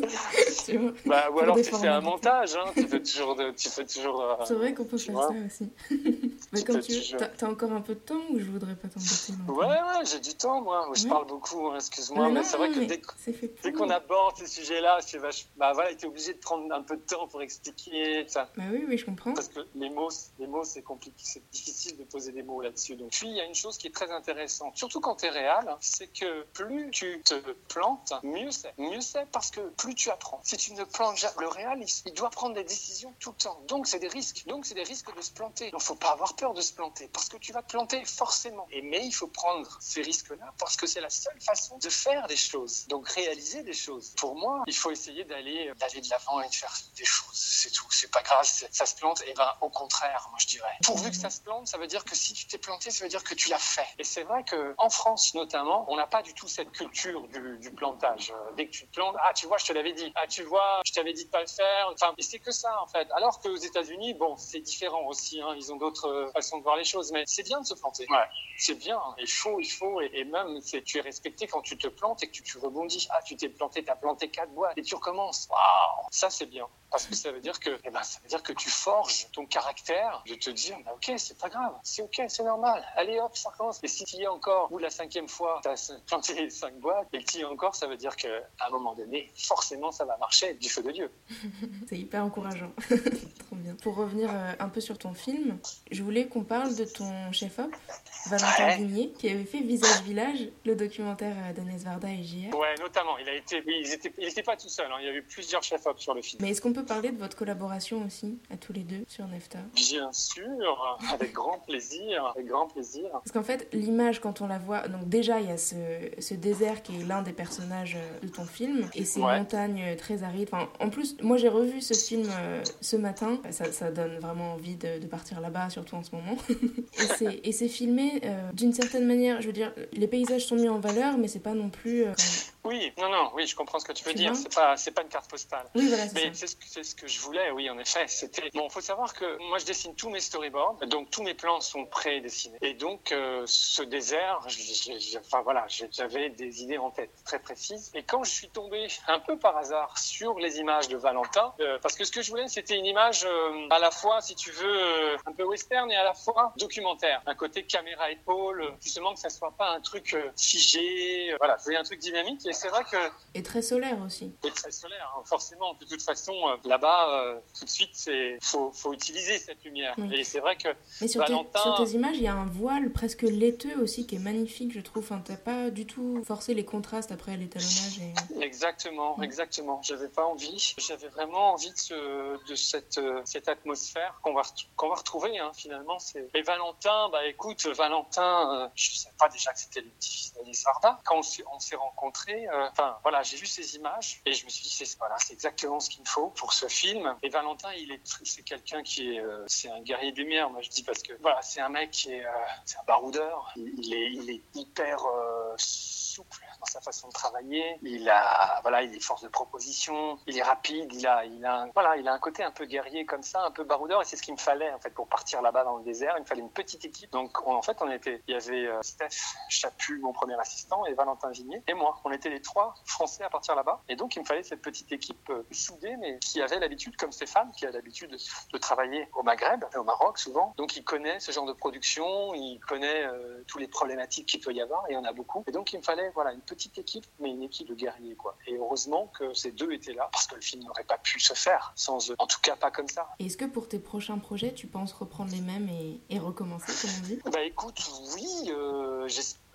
tu vois, bah, ou pour alors des tu fais un formalités. montage, hein, tu fais toujours, de, tu fais toujours, euh, C'est vrai qu'on peut tu faire vois, ça aussi. Mais tu comme fais tu veux, toujours. t'as, t'as encore un peu de temps ou je voudrais pas t'embêter non Ouais, plus? ouais, j'ai du temps, moi. Je Ouais. parle beaucoup, hein, Mais excuse-moi, non, mais c'est vrai non, que mais dès, que- c'est fait dès qu'on pour. aborde ces sujets-là, je fais vach- bah voilà, t'es obligé de prendre un peu de temps pour expliquer ça. Bah oui, oui, je comprends. Parce que les mots, les mots, c'est compliqué, c'est difficile de poser des mots là-dessus. Donc, puis il y a une chose qui est très intéressante, surtout quand t'es réal, c'est que plus tu te plantes, mieux c'est. Mieux c'est parce que plus tu apprends. Si tu ne plantes jamais, le réal, il, il doit prendre des décisions tout le temps. Donc c'est des risques. Donc c'est des risques de se planter. Donc faut pas avoir peur de se planter parce que tu vas te planter forcément. Et mais il faut prendre ces risques-là parce que c'est la seule façon de faire des choses. Donc réaliser des choses. Pour moi, il faut essayer d'aller d'aller de l'avant et de faire des choses. C'est tout. C'est pas grave. C'est- ça se plante. Et ben au contraire, moi je dirais. Pourvu que ça se plante, ça veut dire que si tu t'es planté, ça veut dire que tu l'as fait. Et c'est vrai que en France notamment, on n'a pas du tout cette culture du, du plantage. Euh, Dès que tu te plantes, ah tu vois, je te l'avais dit. Ah tu vois, je t'avais dit de pas le faire. Enfin, et c'est que ça en fait. Alors qu'aux États-Unis, bon, c'est différent aussi. Hein. Ils ont d'autres euh, façons de voir les choses, mais c'est bien de se planter. Ouais. C'est bien, il faut, il faut, et, et même c'est, tu es respecté quand tu te plantes et que tu, tu rebondis. Ah, tu t'es planté, t'as planté quatre boîtes et tu recommences. Waouh, ça c'est bien, parce que ça veut dire que, eh ben, ça veut dire que tu forges ton caractère de te dire, bah, ok, c'est pas grave, c'est ok, c'est normal. Allez hop, ça recommence. Et si tu y es encore, ou la cinquième fois, t'as planté cinq boîtes et que tu y es encore, ça veut dire que à un moment donné, forcément, ça va marcher du feu de Dieu. C'est hyper encourageant. Trop bien. Pour revenir euh, un peu sur ton film, je voulais qu'on parle de ton chef-op, Valentin Ouais. Vignier, qui avait fait Visage Village, le documentaire euh, d'Agnès Varda et J R. Ouais, notamment, il a été, oui, ils étaient, il était pas tout seul. Hein. Il y a eu plusieurs chefs-op sur le film. Mais est-ce qu'on peut parler de votre collaboration aussi, à tous les deux, sur Nefta? Bien sûr, avec grand plaisir, avec grand plaisir. Parce qu'en fait, l'image, quand on la voit... Donc déjà, il y a ce, ce désert qui est l'un des personnages euh, de ton film, et ces Ouais. montagnes euh, très arides. Enfin, en plus, moi, j'ai revu ce film euh, ce matin. Ça, ça donne vraiment envie de, de partir là-bas, surtout en ce moment. et, c'est, et c'est filmé euh, d'une certaine manière. Je veux dire, les paysages sont mis en valeur, mais c'est pas non plus... euh, comme- Oui, non, non, oui, je comprends ce que tu veux Tu dire. vois C'est pas, c'est pas une carte postale. Oui, voilà, c'est Mais ça. c'est ce, que, c'est ce que je voulais, oui, en effet. C'était bon. Faut savoir que moi, je dessine tous mes storyboards, donc tous mes plans sont pré-dessinés. Et donc, euh, ce désert, j'ai, j'ai- enfin voilà, j'ai- j'avais des idées en tête très précises. Et quand je suis tombé un peu par hasard sur les images de Valentin, euh, parce que ce que je voulais, c'était une image euh, à la fois, si tu veux, euh, un peu western et à la fois documentaire. Un côté caméra épaule, euh, justement que ça soit pas un truc euh, figé. euh, voilà, c'est un truc dynamique. Et c'est vrai que Et très solaire aussi. et très solaire, hein, forcément. De toute façon, euh, là-bas, euh, tout de suite, c'est faut, faut utiliser cette lumière. Oui. Et c'est vrai que Mais sur, tes, Valentin- sur tes images, il y a un voile presque laiteux aussi qui est magnifique, je trouve. Enfin, t'as pas du tout forcé les contrastes après l'étalonnage. Et... exactement, Mm. exactement. J'avais pas envie. J'avais vraiment envie de, ce, de cette, euh, cette atmosphère qu'on va, ret- qu'on va retrouver. Hein, finalement, c'est. Et Valentin, bah écoute, Valentin, euh, je savais pas déjà que c'était le petit-fils d'Agnès Varda. Quand on s'est, on s'est rencontrés, euh, enfin voilà, j'ai vu ces images et je me suis dit, c'est voilà, c'est exactement ce qu'il me faut pour ce film. Et Valentin, il est, tr- c'est quelqu'un qui est, euh, c'est un guerrier de lumière. Moi, je dis parce que voilà, c'est un mec qui est, euh, c'est un baroudeur. Il, il est, il est hyper euh, souple dans sa façon de travailler. Il a, voilà, il est force de proposition. Il est rapide. Il a, il a, un, voilà, il a un côté un peu guerrier comme ça, un peu baroudeur. Et c'est ce qu'il me fallait en fait pour partir là-bas dans le désert. Il me fallait une petite équipe. Donc on, en fait, on était, il y avait euh, Steph Chaput, mon premier assistant, et Valentin Vignier et moi. On était les trois Français à partir là-bas. Et donc il me fallait cette petite équipe euh, soudée, mais qui avait l'habitude, comme Stéphane, qui a l'habitude de, de travailler au Maghreb, au Maroc souvent. Donc il connaît ce genre de production. Il connaît euh, tous les problématiques qu'il peut y avoir. Et il y en a beaucoup. Et donc il me fallait voilà une petite équipe, mais une équipe de guerriers quoi. Et heureusement que ces deux étaient là, parce que le film n'aurait pas pu se faire sans eux. En tout cas pas comme ça. Et est-ce que pour tes prochains projets, tu penses reprendre les mêmes et, et recommencer, comme on dit? Bah écoute, oui, euh, j'espère.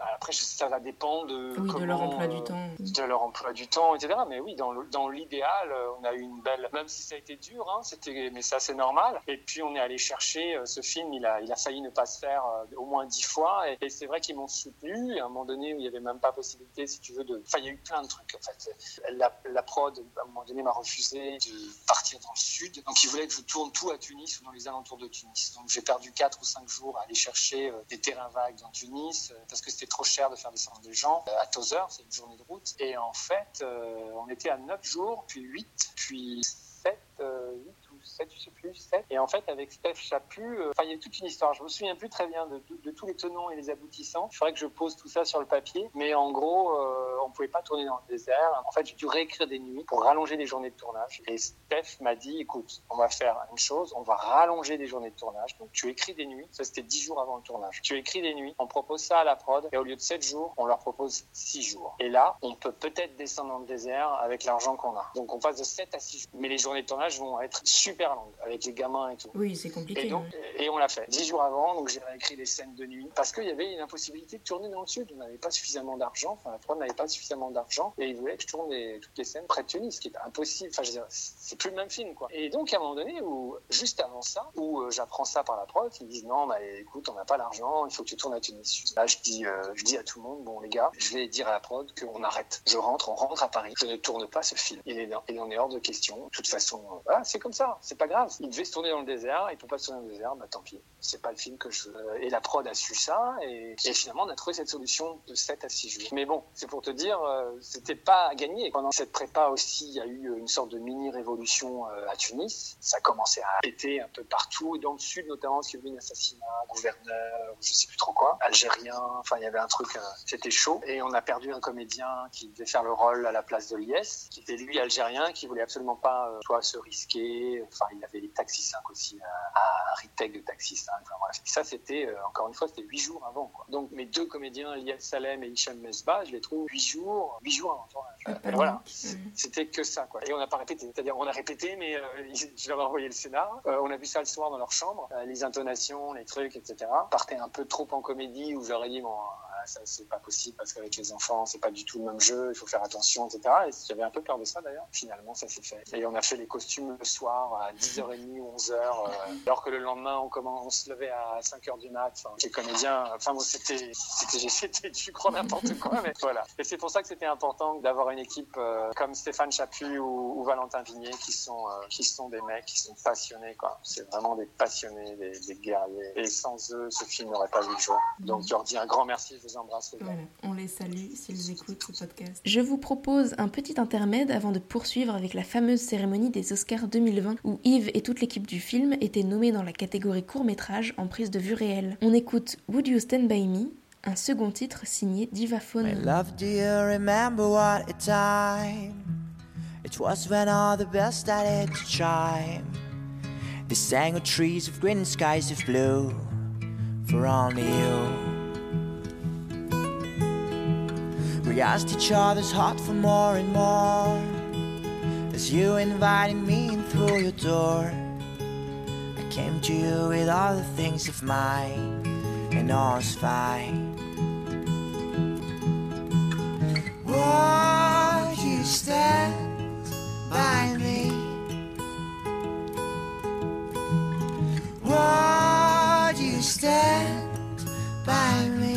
Après, ça va dépendre de, oui, comment, de leur emploi du temps. De leur emploi du temps, et cetera. Mais oui, dans, le, dans l'idéal, on a eu une belle... Même si ça a été dur, hein, c'était, mais ça, c'est normal. Et puis, on est allé chercher ce film. Il a, il a failli ne pas se faire au moins dix fois. Et, et c'est vrai qu'ils m'ont soutenu. Et à un moment donné, où il n'y avait même pas possibilité, si tu veux, de... Enfin, il y a eu plein de trucs, en fait. La, la prod, à un moment donné, m'a refusé de partir dans le sud. Donc, ils voulaient que je tourne tout à Tunis ou dans les alentours de Tunis. Donc, j'ai perdu quatre ou cinq jours à aller chercher des terrains vagues dans Tunis parce que c'était trop cher de faire descendre des gens à Tozeur, c'est une journée de route. Et en fait, euh, on était à neuf jours, puis huit, puis sept, euh, huit ou sept, je sais plus, sept. Et en fait, avec Steph Chaput, enfin, euh, il y a toute une histoire. Je me souviens plus très bien de, de, de tous les tenants et les aboutissants. Il faudrait que je pose tout ça sur le papier. Mais en gros, euh, on pouvait pas tourner dans le désert. En fait, j'ai dû réécrire des nuits pour rallonger les journées de tournage. Et Steph m'a dit, écoute, on va faire une chose, on va rallonger des journées de tournage. Donc, tu écris des nuits. Ça, c'était dix jours avant le tournage. Tu écris des nuits. On propose ça à la prod. Et au lieu de sept jours, on leur propose six jours. Et là, on peut peut-être descendre dans le désert avec l'argent qu'on a. Donc, on passe de sept à six jours. Mais les journées de tournage vont être super longues avec les gamins et tout. Oui, c'est compliqué. Et, donc, hein. et on l'a fait dix jours avant, donc j'ai réécrit les scènes de nuit parce qu'il y avait une impossibilité de tourner dans le sud. On n'avait pas suffisamment d'argent, enfin la prod n'avait pas suffisamment d'argent et ils voulaient que je tourne les, toutes les scènes près de Tunis, ce qui est impossible. Enfin, je veux dire, c'est plus le même film, quoi. Et donc à un moment donné, où juste avant ça, où euh, j'apprends ça par la prod, ils me disent non, bah écoute, on n'a pas l'argent, il faut que tu tournes à Tunis. Là, je dis, euh, je dis à tout le monde, bon les gars, je vais dire à la prod qu'on arrête. Je rentre, on rentre à Paris. Je ne tourne pas ce film. Il est, il en est hors de question. De toute façon, euh, voilà, c'est comme ça, c'est pas grave. Il devait se tourner dans le désert, il peut pas se tourner dans le désert, bah tant pis, c'est pas le film que je veux. Et la prod a su ça, et, et finalement on a trouvé cette solution de sept à six jours. Mais bon, c'est pour te dire, euh, c'était pas à gagner. Pendant cette prépa aussi, il y a eu une sorte de mini-révolution euh, à Tunis. Ça a commencé à péter un peu partout, dans le sud notamment, parce qu'il y avait un assassinat, gouverneur, je sais plus trop quoi, algérien, enfin il y avait un truc, euh, c'était chaud. Et on a perdu un comédien qui devait faire le rôle à la place de Liès, qui était lui algérien, qui voulait absolument pas euh, soit se risquer, enfin il avait les Taxi cinq aussi, à, à retake de Taxi cinq, enfin bref. Et ça c'était, euh, encore une fois, c'était huit jours avant, quoi. Donc mes deux comédiens, Liès Salem et Hicham Mesbah, je les trouve huit jours, huit jours avant le tournage. Ah, euh, voilà, mmh. C'était que ça, quoi. Et on n'a pas répété, c'est-à-dire on a répété, mais euh, je leur ai envoyé le scénar, euh, on a vu ça le soir dans leur chambre, euh, les intonations, les trucs, et cetera. Partait un peu trop en comédie, où je leur ai dit, bon, ça c'est pas possible parce qu'avec les enfants c'est pas du tout le même jeu, il faut faire attention, et cetera. Et j'avais un peu peur de ça d'ailleurs. Finalement ça s'est fait. Et on a fait les costumes le soir à dix heures trente ou onze heures, euh, alors que le lendemain on, commence, on se levait à cinq heures du mat. Enfin, les comédiens, enfin bon, c'était, c'était, c'était du gros n'importe quoi, mais voilà. Et c'est pour ça que c'était important d'avoir une équipe euh, comme Stéphane Chaput ou, ou Valentin Vignier qui sont, euh, qui sont des mecs qui sont passionnés, quoi. C'est vraiment des passionnés, des, des guerriers. Et sans eux, ce film n'aurait pas vu le jour. Donc je leur dis un grand merci. Je vous embrasse. Voilà, on les salue s'ils écoutent ce podcast. Je vous propose un petit intermède avant de poursuivre avec la fameuse cérémonie des Oscars deux mille vingt où Yves et toute l'équipe du film étaient nommés dans la catégorie court-métrage en prise de vue réelle. On écoute Would You Stand By Me, un second titre signé Divaphone. My love, do you remember what a time it was when all the bells started to chime? They sang of trees of green and skies of blue for only you. We asked each other's heart for more and more as you invited me in through your door. I came to you with all the things of mine and all's fine. Would you stand by me? Would you stand by me?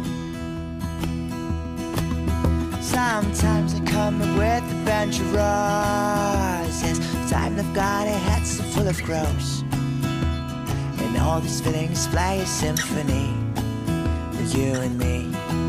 Sometimes I come up with a bunch of roses. Sometimes I've got a head so full of crows. And all these feelings play a symphony for you and me.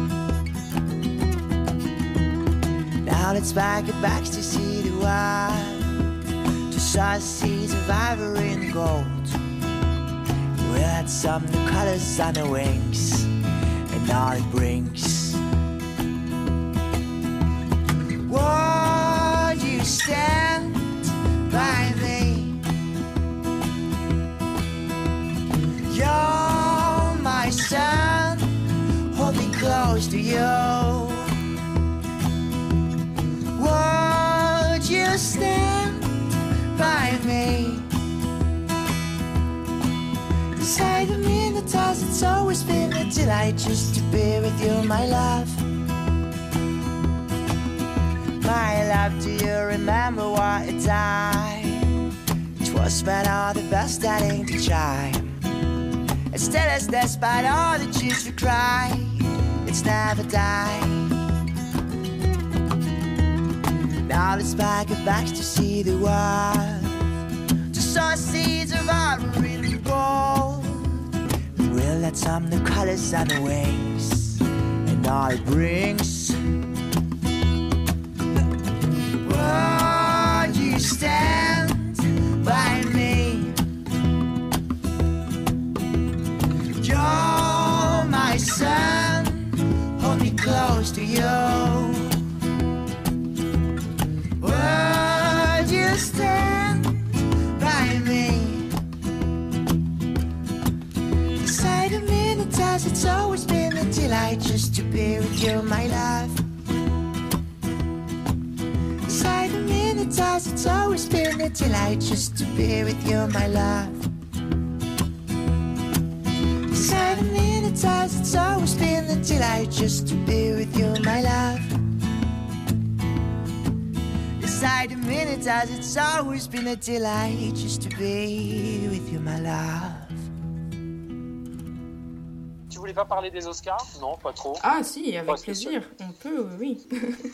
Now let's back it back to see the wild, to saw seas of ivory and gold. We had some new colors on the wings, and all it brings. Would you stand by me? You're my sun, hold me close to you. Would you stand by me? Inside of me, the toss it's always been until delight just to be with you, my love. My love, do you remember what a time it was when all the bells starting to chime? And still is despite all the tears we cry, it's never died. Now let's pack our bags to see the world, to sow seeds of our really gold. We'll let some new colors on the wings, and all it brings. Would you stand by me? You're my son, hold me close to you. Would you stand by me? Inside a minute as it's always been a delight just to be with you, my love. Inside a minute as it's always been a delight just to be with you, my love. Inside a minute as it's always been a delight just to be with you, my love. Inside a minute as it's always been a delight just to be with you, my love. Tu voulais pas parler des Oscars? Non, pas trop. Ah si, avec Pas plaisir. On peut, oui.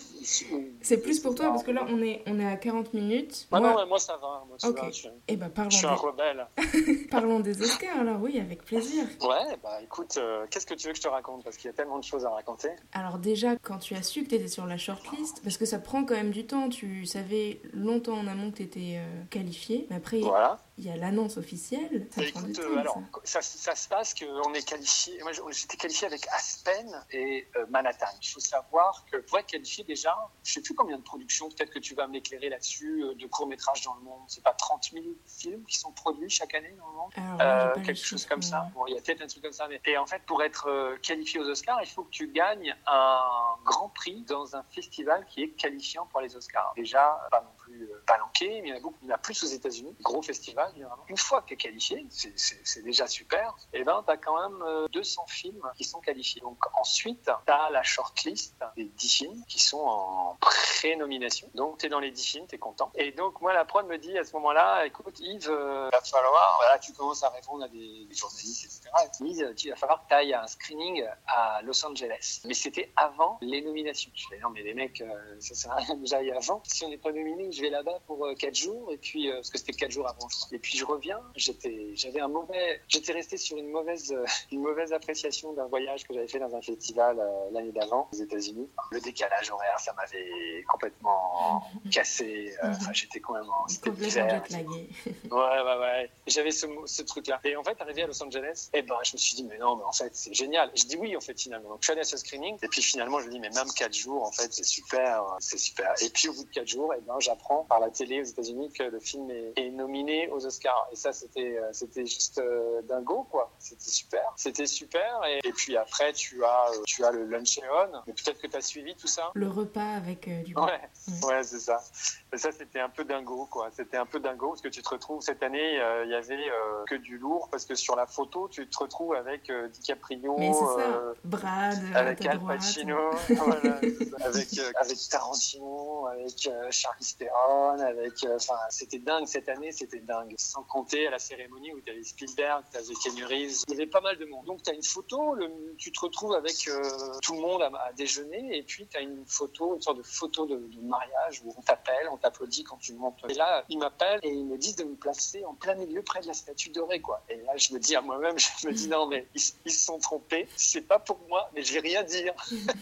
C'est plus pour toi parce que là on est, on est à quarante minutes. Ah moi... non, mais moi ça va. Moi, tu Ok. vois, je, Eh ben, parlons, je suis un des... rebelle. parlons des Oscars alors, oui, avec plaisir. Ouais, bah écoute, euh, qu'est-ce que tu veux que je te raconte? Parce qu'il y a tellement de choses à raconter. Alors déjà, quand tu as su que tu étais sur la shortlist, parce que ça prend quand même du temps, tu savais longtemps en amont que tu étais euh, qualifié, mais après Voilà. il y a l'annonce officielle, ça Bah, prend écoute, du euh, temps. alors, ça. ça, ça se passe qu'on est qualifié. Moi, j'étais qualifié avec Aspen et euh, Manhattan. Il faut savoir que pour être qualifié déjà, je sais plus combien de productions, peut-être que tu vas m'éclairer là-dessus, euh, de courts-métrages dans le monde. C'est pas trente mille films qui sont produits chaque année normalement, Alors, moi, j'ai euh, pas les quelque chiffres, chose comme mais- ça. Bon, il y a peut-être un truc comme ça. Mais... Et en fait, pour être euh, qualifié aux Oscars, il faut que tu gagnes un grand prix dans un festival qui est qualifiant pour les Oscars. Déjà, pas non plus euh, palanqué, mais il y en a beaucoup, il y en a plus aux États-Unis. Gros festival, généralement. Une fois que tu es qualifié, c'est, c'est, c'est déjà super. Et ben, tu as quand même euh, deux cents films qui sont qualifiés. Donc ensuite, tu as la shortlist des dix films qui sont en pré-nomination. Donc tu es dans les dix films, tu es content. Et donc moi, la prod me dit à ce moment-là, écoute Yves, euh, va falloir, voilà, tu commences à répondre à des, des journalistes, et cetera. Et puis, euh, il va falloir que tu ailles à un screening à Los Angeles. Mais c'était avant les nominations. Je fais non mais les mecs, euh, ça sert à rien que j'aille avant. Si on n'est pas nominé, je vais là-bas pour euh, quatre jours. Et puis, euh, parce que c'était quatre jours avant, je crois. Et puis je reviens, j'étais, j'avais un mauvais, j'étais resté sur une mauvaise, euh, une mauvaise appréciation d'un voyage que j'avais fait dans un festival euh, l'année d'avant aux États-Unis. Le décalage horaire, ça m'avait complètement cassé. Euh, enfin, j'étais quand même en c'était Complètement l'hiver. jetlagué. Ouais, ouais, ouais. J'avais ce, ce truc-là. Et en fait, arrivé à Los Angeles, eh ben, je me suis dit, mais non, mais en fait, c'est génial. Je dis oui, en fait, finalement. Donc, je suis allé à ce screening. Et puis, finalement, je me dis, mais même quatre jours, en fait, c'est super, c'est super. Et puis, au bout de quatre jours, eh ben, j'apprends par la télé aux États-Unis que le film est, est nominé aux Oscars. Et ça, c'était, euh, c'était juste euh, dingo, quoi. C'était super. C'était super. Et, et puis après, tu as, euh, tu as le Luncheon. Mais peut-être que tu as suivi tout ça. Le repas avec euh, du Ouais, Mm. ouais, c'est ça. Et ça, c'était un peu dingo, quoi. C'était un peu dingo parce que tu te retrouves cette année, il euh, y avait euh, que du lourd parce que sur la photo, tu te retrouves avec euh, DiCaprio, Mais c'est ça, euh, Brad, avec à ta Al droite. Pacino, voilà, c'est ça. avec euh, avec Tarantino, avec euh, Charlize Theron, avec, enfin, euh, c'était dingue cette année, c'était dingue. Sans compter à la cérémonie où tu avais Spielberg, tu avais Keanu Reeves, il y avait pas mal de monde. Donc tu as une photo, le, tu te retrouves avec euh, tout le monde à, à déjeuner et puis tu as une photo, une sorte de photo de, de mariage où on t'appelle, on t'applaudit quand tu montes. Et là, ils m'appellent et ils me disent de me placer en plein milieu près de la statue dorée, quoi. Et là, je me dis à moi-même, je me dis non, mais ils, ils se sont trompés, c'est pas pour moi, mais je vais rien dire.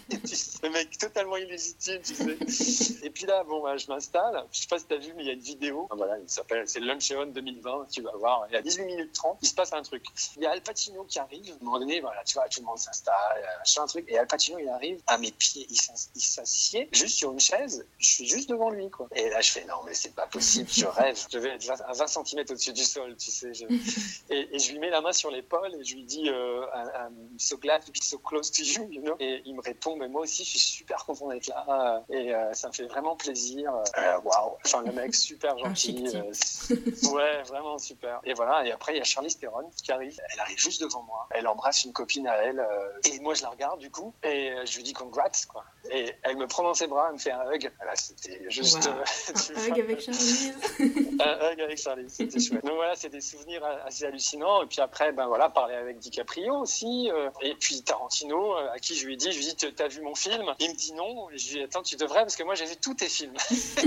Le mec totalement illégitime, tu sais. Et puis là, bon, bah, je m'installe. Je sais pas si t'as vu, mais il y a une vidéo. Ah, voilà, il s'appelle, c'est Luncheon deux mille vingt. Tu vas voir, il y a dix-huit minutes trente, il se passe un truc. Il y a Al Pacino qui arrive. À un moment donné, voilà, tu vois, tout le monde s'installe, machin, un truc. Et Al Pacino, il arrive à mes pieds, il s'assied juste sur une chaise. Je suis juste devant lui, quoi. Et là, je fais non, mais c'est pas possible, je rêve. Je vais être à vingt centimètres au-dessus du sol, tu sais. Je... Et, et je lui mets la main sur l'épaule et je lui dis euh, I'm so glad to be so close to you, you know. Et il me répond, mais moi aussi, je suis super content d'être là. Et euh, ça me fait vraiment plaisir. Waouh. Wow. Enfin, le mec, super gentil. Euh, ouais, Ouais, vraiment super. Et voilà, et après il y a Charlize Theron qui arrive, elle arrive juste devant moi, elle embrasse une copine à elle, euh, et moi je la regarde du coup, et euh, je lui dis congrats quoi. Et elle me prend dans ses bras, elle me fait un hug. Là, c'était juste. Wow. Euh, Un hug avec Charlize. un hug avec Charlize, c'était chouette. Donc voilà, c'est des souvenirs assez hallucinants. Et puis après, ben voilà, parler avec DiCaprio aussi. Euh, et puis Tarantino, euh, à qui je lui ai dit, je lui ai dit, t'as vu mon film? Il me dit non. Et je lui ai dit, attends, tu devrais, parce que moi j'ai vu tous tes films.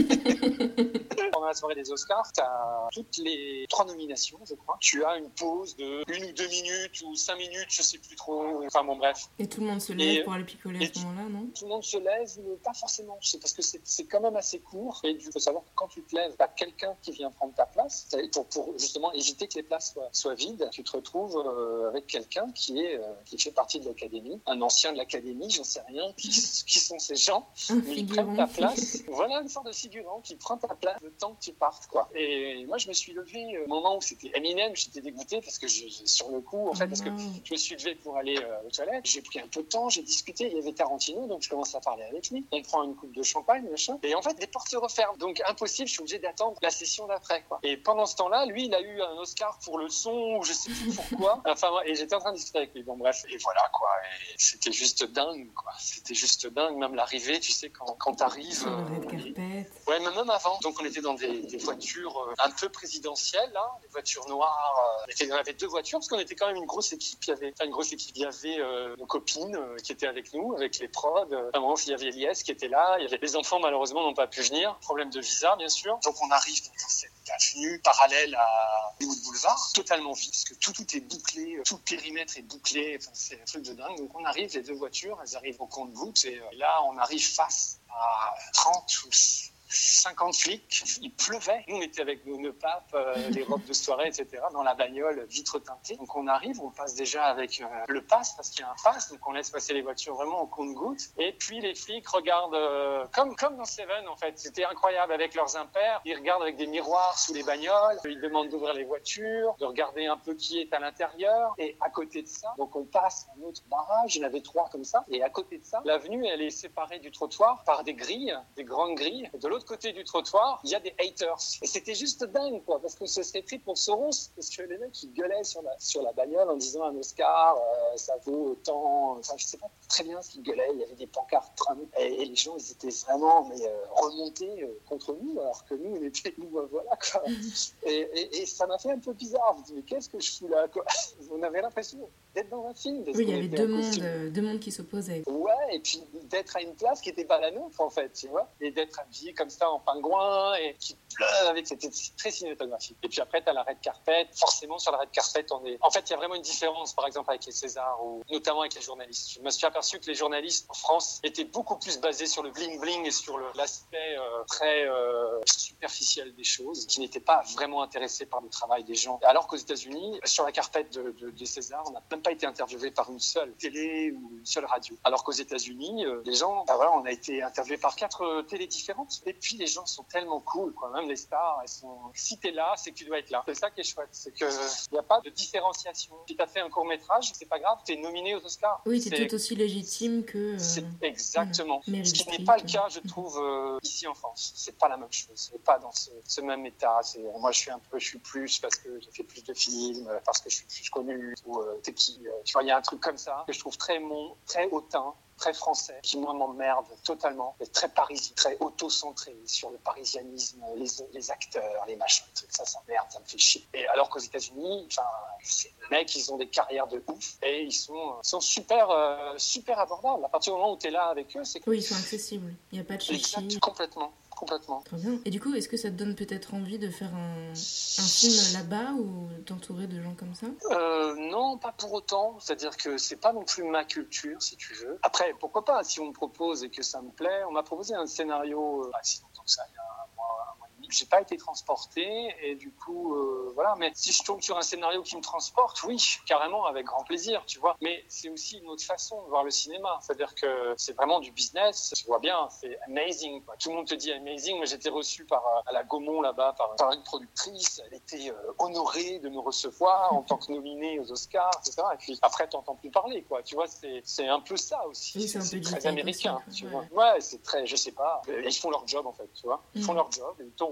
Pendant la soirée des Oscars, tu as toutes les trois nominations, je crois. Tu as une pause de une ou deux minutes ou cinq minutes, je sais plus trop. Enfin bon, bref. Et tout le monde se lève Et- pour aller picoler à ce tu- moment-là, non? Tout le monde se lève, mais pas forcément. C'est parce que c'est, c'est quand même assez court. Et il faut savoir que quand tu te lèves, tu as quelqu'un qui vient prendre ta place pour, pour justement éviter que les places soient, soient vides. Tu te retrouves euh, avec quelqu'un qui, est, euh, qui fait partie de l'académie, un ancien de l'académie, j'en sais rien, qui, qui sont ces gens. Un Mais ils prennent figurant. ta place. Voilà une sorte de figurant qui prend ta place le temps que tu partes, quoi. Et moi, je me suis levé euh, au moment où c'était Eminem, j'étais dégoûté parce que je, je- sur le coup, en fait, parce que Wow. je me suis levé pour aller euh, aux toilettes. J'ai pris un peu de temps, j'ai discuté. Il y avait Tarantino, donc je commence à parler avec lui. On prend une coupe de champagne, machin. Et en fait, les portes se referment. Donc, impossible, je suis obligé d'attendre la session d'après, quoi. Et pendant ce temps-là, lui, il a eu un Oscar pour le son, ou je sais plus pourquoi. Enfin, et j'étais en train de discuter avec lui. Bon, bref. Et voilà, quoi. Et c'était juste dingue, quoi. C'était juste dingue. Même l'arrivée, tu sais, quand, quand t'arrives. Sur le red euh, carpet. Ouais, mais même avant. Donc, on était dans des, des voitures euh, un peu présidentielles, là, des voitures noires. euh, on, était, on avait deux voitures parce qu'on était quand même une grosse équipe. Il y avait, enfin, une grosse équipe. Il y avait euh, nos copines euh, qui étaient avec nous, avec les prods. Euh, enfin, bon, il y avait Elias qui était là. Il y avait les enfants, malheureusement, n'ont pas pu venir. Problème de visa, bien sûr. Donc, on arrive dans cette avenue parallèle à Hollywood Boulevard, totalement vide, parce que tout, tout est bouclé, euh, tout le périmètre est bouclé. Enfin, c'est un truc de dingue. Donc, on arrive, les deux voitures, elles arrivent au compte-gouttes. Et, euh, et là, on arrive face à trente ou cinquante flics. Il pleuvait. Nous, on était avec nos nœuds papes, euh, les robes de soirée, et cetera, dans la bagnole, vitre teintée. Donc, on arrive, on passe déjà avec euh, le pass, parce qu'il y a un pass, donc on laisse passer les voitures vraiment au compte-gouttes. Et puis, les flics regardent, euh, comme, comme dans Seven, en fait. C'était incroyable avec leurs impairs. Ils regardent avec des miroirs sous les bagnoles. Ils demandent d'ouvrir les voitures, de regarder un peu qui est à l'intérieur. Et à côté de ça, donc on passe un autre barrage. Il y en avait trois comme ça. Et à côté de ça, l'avenue, elle est séparée du trottoir par des grilles, des grandes grilles. Et de l'autre côté du trottoir, il y a des haters. Et c'était juste dingue, quoi, parce qu'on se serait pris pour Soros, parce que les mecs, ils gueulaient sur la, sur la bagnole en disant un Oscar, euh, ça vaut autant. Enfin, je sais pas très bien ce qu'ils gueulaient. Il y avait des pancartes Trump. Et, et les gens, ils étaient vraiment mais, euh, remontés euh, contre nous, alors que nous, on était, nous, euh, voilà, quoi. Et, et, et ça m'a fait un peu bizarre. Je me dis, mais qu'est-ce que je fous là, quoi? On avait l'impression d'être dans un film. parce Oui, il y qu'on avait était deux en mondes, costume. euh, deux mondes qui s'opposaient. Ouais, et puis d'être à une place qui n'était pas la nôtre, en fait, tu vois, et d'être habillé comme ça en pingouin, et qui pleuve avec, c'était très cinématographique. Et puis après, t'as la red carpet. Forcément, sur la red carpet, on est. En fait, il y a vraiment une différence, par exemple, avec les Césars, ou notamment avec les journalistes. Je me suis aperçu que les journalistes en France étaient beaucoup plus basés sur le bling-bling et sur le- l'aspect euh, très euh, superficiel des choses, qui n'étaient pas vraiment intéressés par le travail des gens. Alors qu'aux États-Unis, sur la carpette de, de, des Césars, on n'a même pas été interviewé par une seule télé ou une seule radio. Alors qu'aux États-Unis, euh, les gens, bah voilà, on a été interviewé par quatre euh, télés différentes. Et puis les gens sont tellement cool, quoi. Même les stars, elles sont. Si t'es là, c'est que tu dois être là. C'est ça qui est chouette, c'est que il n'y a pas de différenciation. Si t'as fait un court métrage, c'est pas grave, t'es nominé aux Oscars. Oui, C'est- t'es tout aussi légitime que... euh, c'est exactement. Meryl Ce qui n'est Streep, pas le euh. cas, je trouve, euh, ici en France. C'est pas la même chose. C'est pas dans ce, ce même état. C'est, moi, je suis un peu, je suis plus parce que j'ai fait plus de films, euh, parce que je suis plus connu, ou euh, t'es qui. euh, tu vois, il y a un truc comme ça que je trouve très mon, très hautain, très français, qui moi m'emmerde totalement, et très parisien, très auto-centré sur le parisianisme, les, les acteurs, les machins, les trucs, ça, ça merde, ça me fait chier. Et alors qu'aux États-Unis, enfin, ces mecs, ils ont des carrières de ouf et ils sont, sont super, euh, super abordables. À partir du moment où tu es là avec eux, c'est que Oui, ils sont accessibles. Il n'y a pas de chichi. exact, complètement, complètement. Très bien. Et du coup, est-ce que ça te donne peut-être envie de faire un, un film là-bas ou t'entourer de gens comme ça? Euh, non, pas pour autant. C'est-à-dire que c'est pas non plus ma culture, si tu veux. Après, pourquoi pas, si on me propose et que ça me plaît. On m'a proposé un scénario, euh, si longtemps que ça, il y a un mois, un mois et demi. J'ai pas été transporté et du coup, euh, voilà. Mais si je tombe sur un scénario qui me transporte, oui, carrément, avec grand plaisir, tu vois. Mais c'est aussi une autre façon de voir le cinéma. C'est-à-dire que c'est vraiment du business. Tu vois bien, c'est amazing, quoi. Tout le monde te dit amazing. Moi, j'étais reçu par, euh, à la Gaumont, là-bas, par, par une productrice. Elle était euh, honorée de me recevoir en tant que nominée aux Oscars, et cetera. Et puis après, t'entends plus parler, quoi. Tu vois, c'est, c'est un peu ça aussi. Oui, c'est un peu très du américain, aussi, tu ouais. vois. Ouais, c'est très, je sais pas. Ils font leur job, en fait, tu vois. Ils font Mm. leur job, ils t'ont reçu.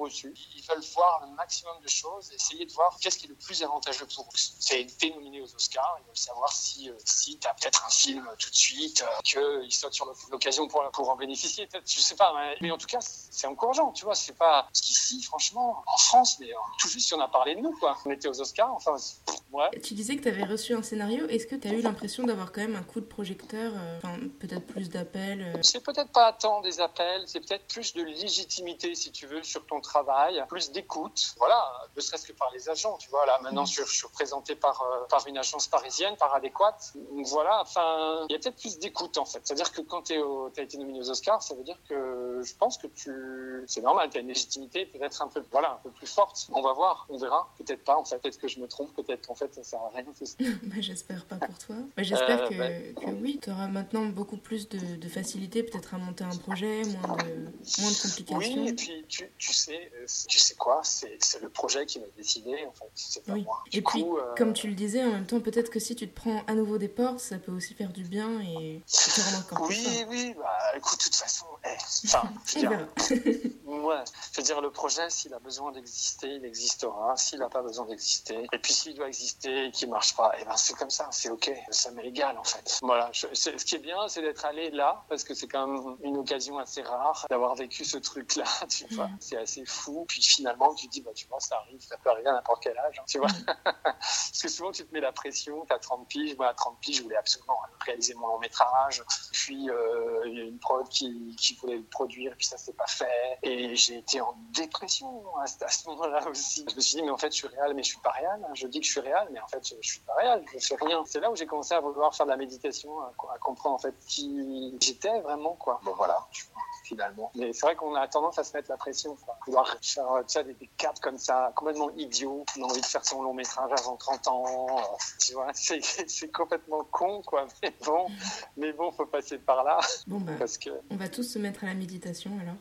reçu. Ils veulent voir le maximum de choses, essayer de voir qu'est-ce qui est le plus avantageux pour eux. C'est été nominé aux Oscars, ils veulent savoir si, euh, si tu as peut-être un film tout de suite, euh, qu'ils sautent sur l'occasion pour, pour en bénéficier. Peut-être, je sais pas, mais, mais en tout cas, c'est encourageant, tu vois. C'est pas... Parce qu'ici, franchement, en France, mais euh, tout juste si on a parlé de nous, quoi. On était aux Oscars, enfin, ouais. Tu disais que tu avais reçu un scénario. Est-ce que tu as eu l'impression d'avoir quand même un coup de projecteur, euh, enfin, peut-être plus d'appels euh... C'est peut-être pas tant des appels, c'est peut-être plus de légitimité, si tu veux, sur ton travail, plus d'écoute. Voilà, ne serait-ce que par les agents, tu vois. Là, maintenant, je, je suis représenté par, euh, par une agence parisienne, par Adéquate. Donc voilà, enfin, il y a peut-être plus d'écoute, en fait. C'est-à-dire que quand tu as été nominé aux Oscars, ça veut dire que je pense que tu... C'est normal, tu as une légitimité peut-être un peu, voilà, un peu plus forte. On va voir, on verra. Peut-être pas, en fait. Peut-être que je me trompe, peut-être qu'en fait, ça sert à rien. bah, j'espère pas pour toi. Bah, j'espère euh, que, bah... que oui, tu auras maintenant beaucoup plus de, de facilité peut-être à monter un projet, moins de, moins de complications. Oui, et puis tu, tu sais, tu sais quoi, c'est, c'est le projet qui m'a décidé, en fait, c'est pas oui. moi. Du et coup, puis, euh... comme tu le disais, en même temps, peut-être que si tu te prends à nouveau des portes, ça peut aussi faire du bien et te rendre encore oui, plus fort. Oui, oui, bah écoute, de toute façon, eh, enfin, je veux dire, ouais, je veux dire, le projet, s'il a besoin d'exister, il existera. S'il n'a pas besoin d'exister, et puis s'il doit exister et qu'il marche pas, eh ben c'est comme ça, c'est ok, ça m'est égal en fait. Voilà, je, ce qui est bien, c'est d'être allé là, parce que c'est quand même une occasion assez rare d'avoir vécu ce truc-là, tu vois. Mm. C'est assez fou. Puis finalement, tu te dis, bah tu vois, ça arrive, ça peut arriver à n'importe quel âge, hein, tu vois. Mm. Parce que souvent, tu te mets la pression, t'as trente piges, moi à trente piges, je voulais absolument réaliser mon long métrage. Puis euh, il y a une prod qui, qui voulait le produire, puis ça s'est pas fait. Et j'ai été en dépression à, à ce moment-là aussi. Je me suis dit, mais en fait, je suis réel, mais je suis pas réel. Je dis que je suis réel, mais en fait, je, je suis pas réel, je fais rien. C'est là où j'ai commencé à vouloir faire de la méditation, à, à comprendre en fait qui j'étais vraiment, quoi. Bon, voilà, tu vois, finalement. Mais c'est vrai qu'on a tendance à se mettre la pression, quoi. Vouloir faire tu sais, des, des caps comme ça, complètement idiots. On a envie de faire son long métrage avant trente ans. Euh, tu vois, c'est, c'est complètement con, quoi. Mais bon, mais bon, faut passer par là. Bon, bah, parce que... on va tous se mettre à la méditation, alors.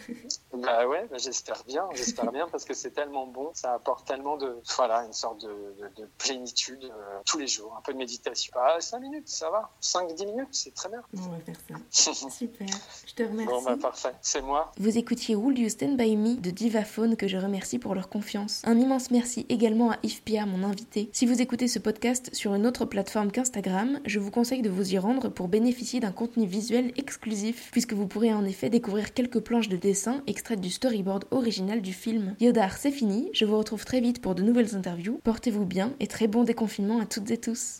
Bah ouais, bah j'espère bien, j'espère bien parce que c'est tellement bon, ça apporte tellement de, voilà, une sorte de, de, de plénitude euh, tous les jours, un peu de méditation. Bah cinq minutes, ça va, cinq dix minutes, c'est très bien. Bon, on va faire ça. Super, je te remercie. Bon bah parfait, c'est moi. Vous écoutiez Will You Stand By Me de Divaphone que je remercie pour leur confiance. Un immense merci également à Yves Pierre, mon invité. Si vous écoutez ce podcast sur une autre plateforme qu'Instagram, je vous conseille de vous y rendre pour bénéficier d'un contenu visuel exclusif, puisque vous pourrez en effet découvrir quelques planches de dessin extraites du storyboard original du film. Yodar, c'est fini, je vous retrouve très vite pour de nouvelles interviews. Portez-vous bien et très bon déconfinement à toutes et tous.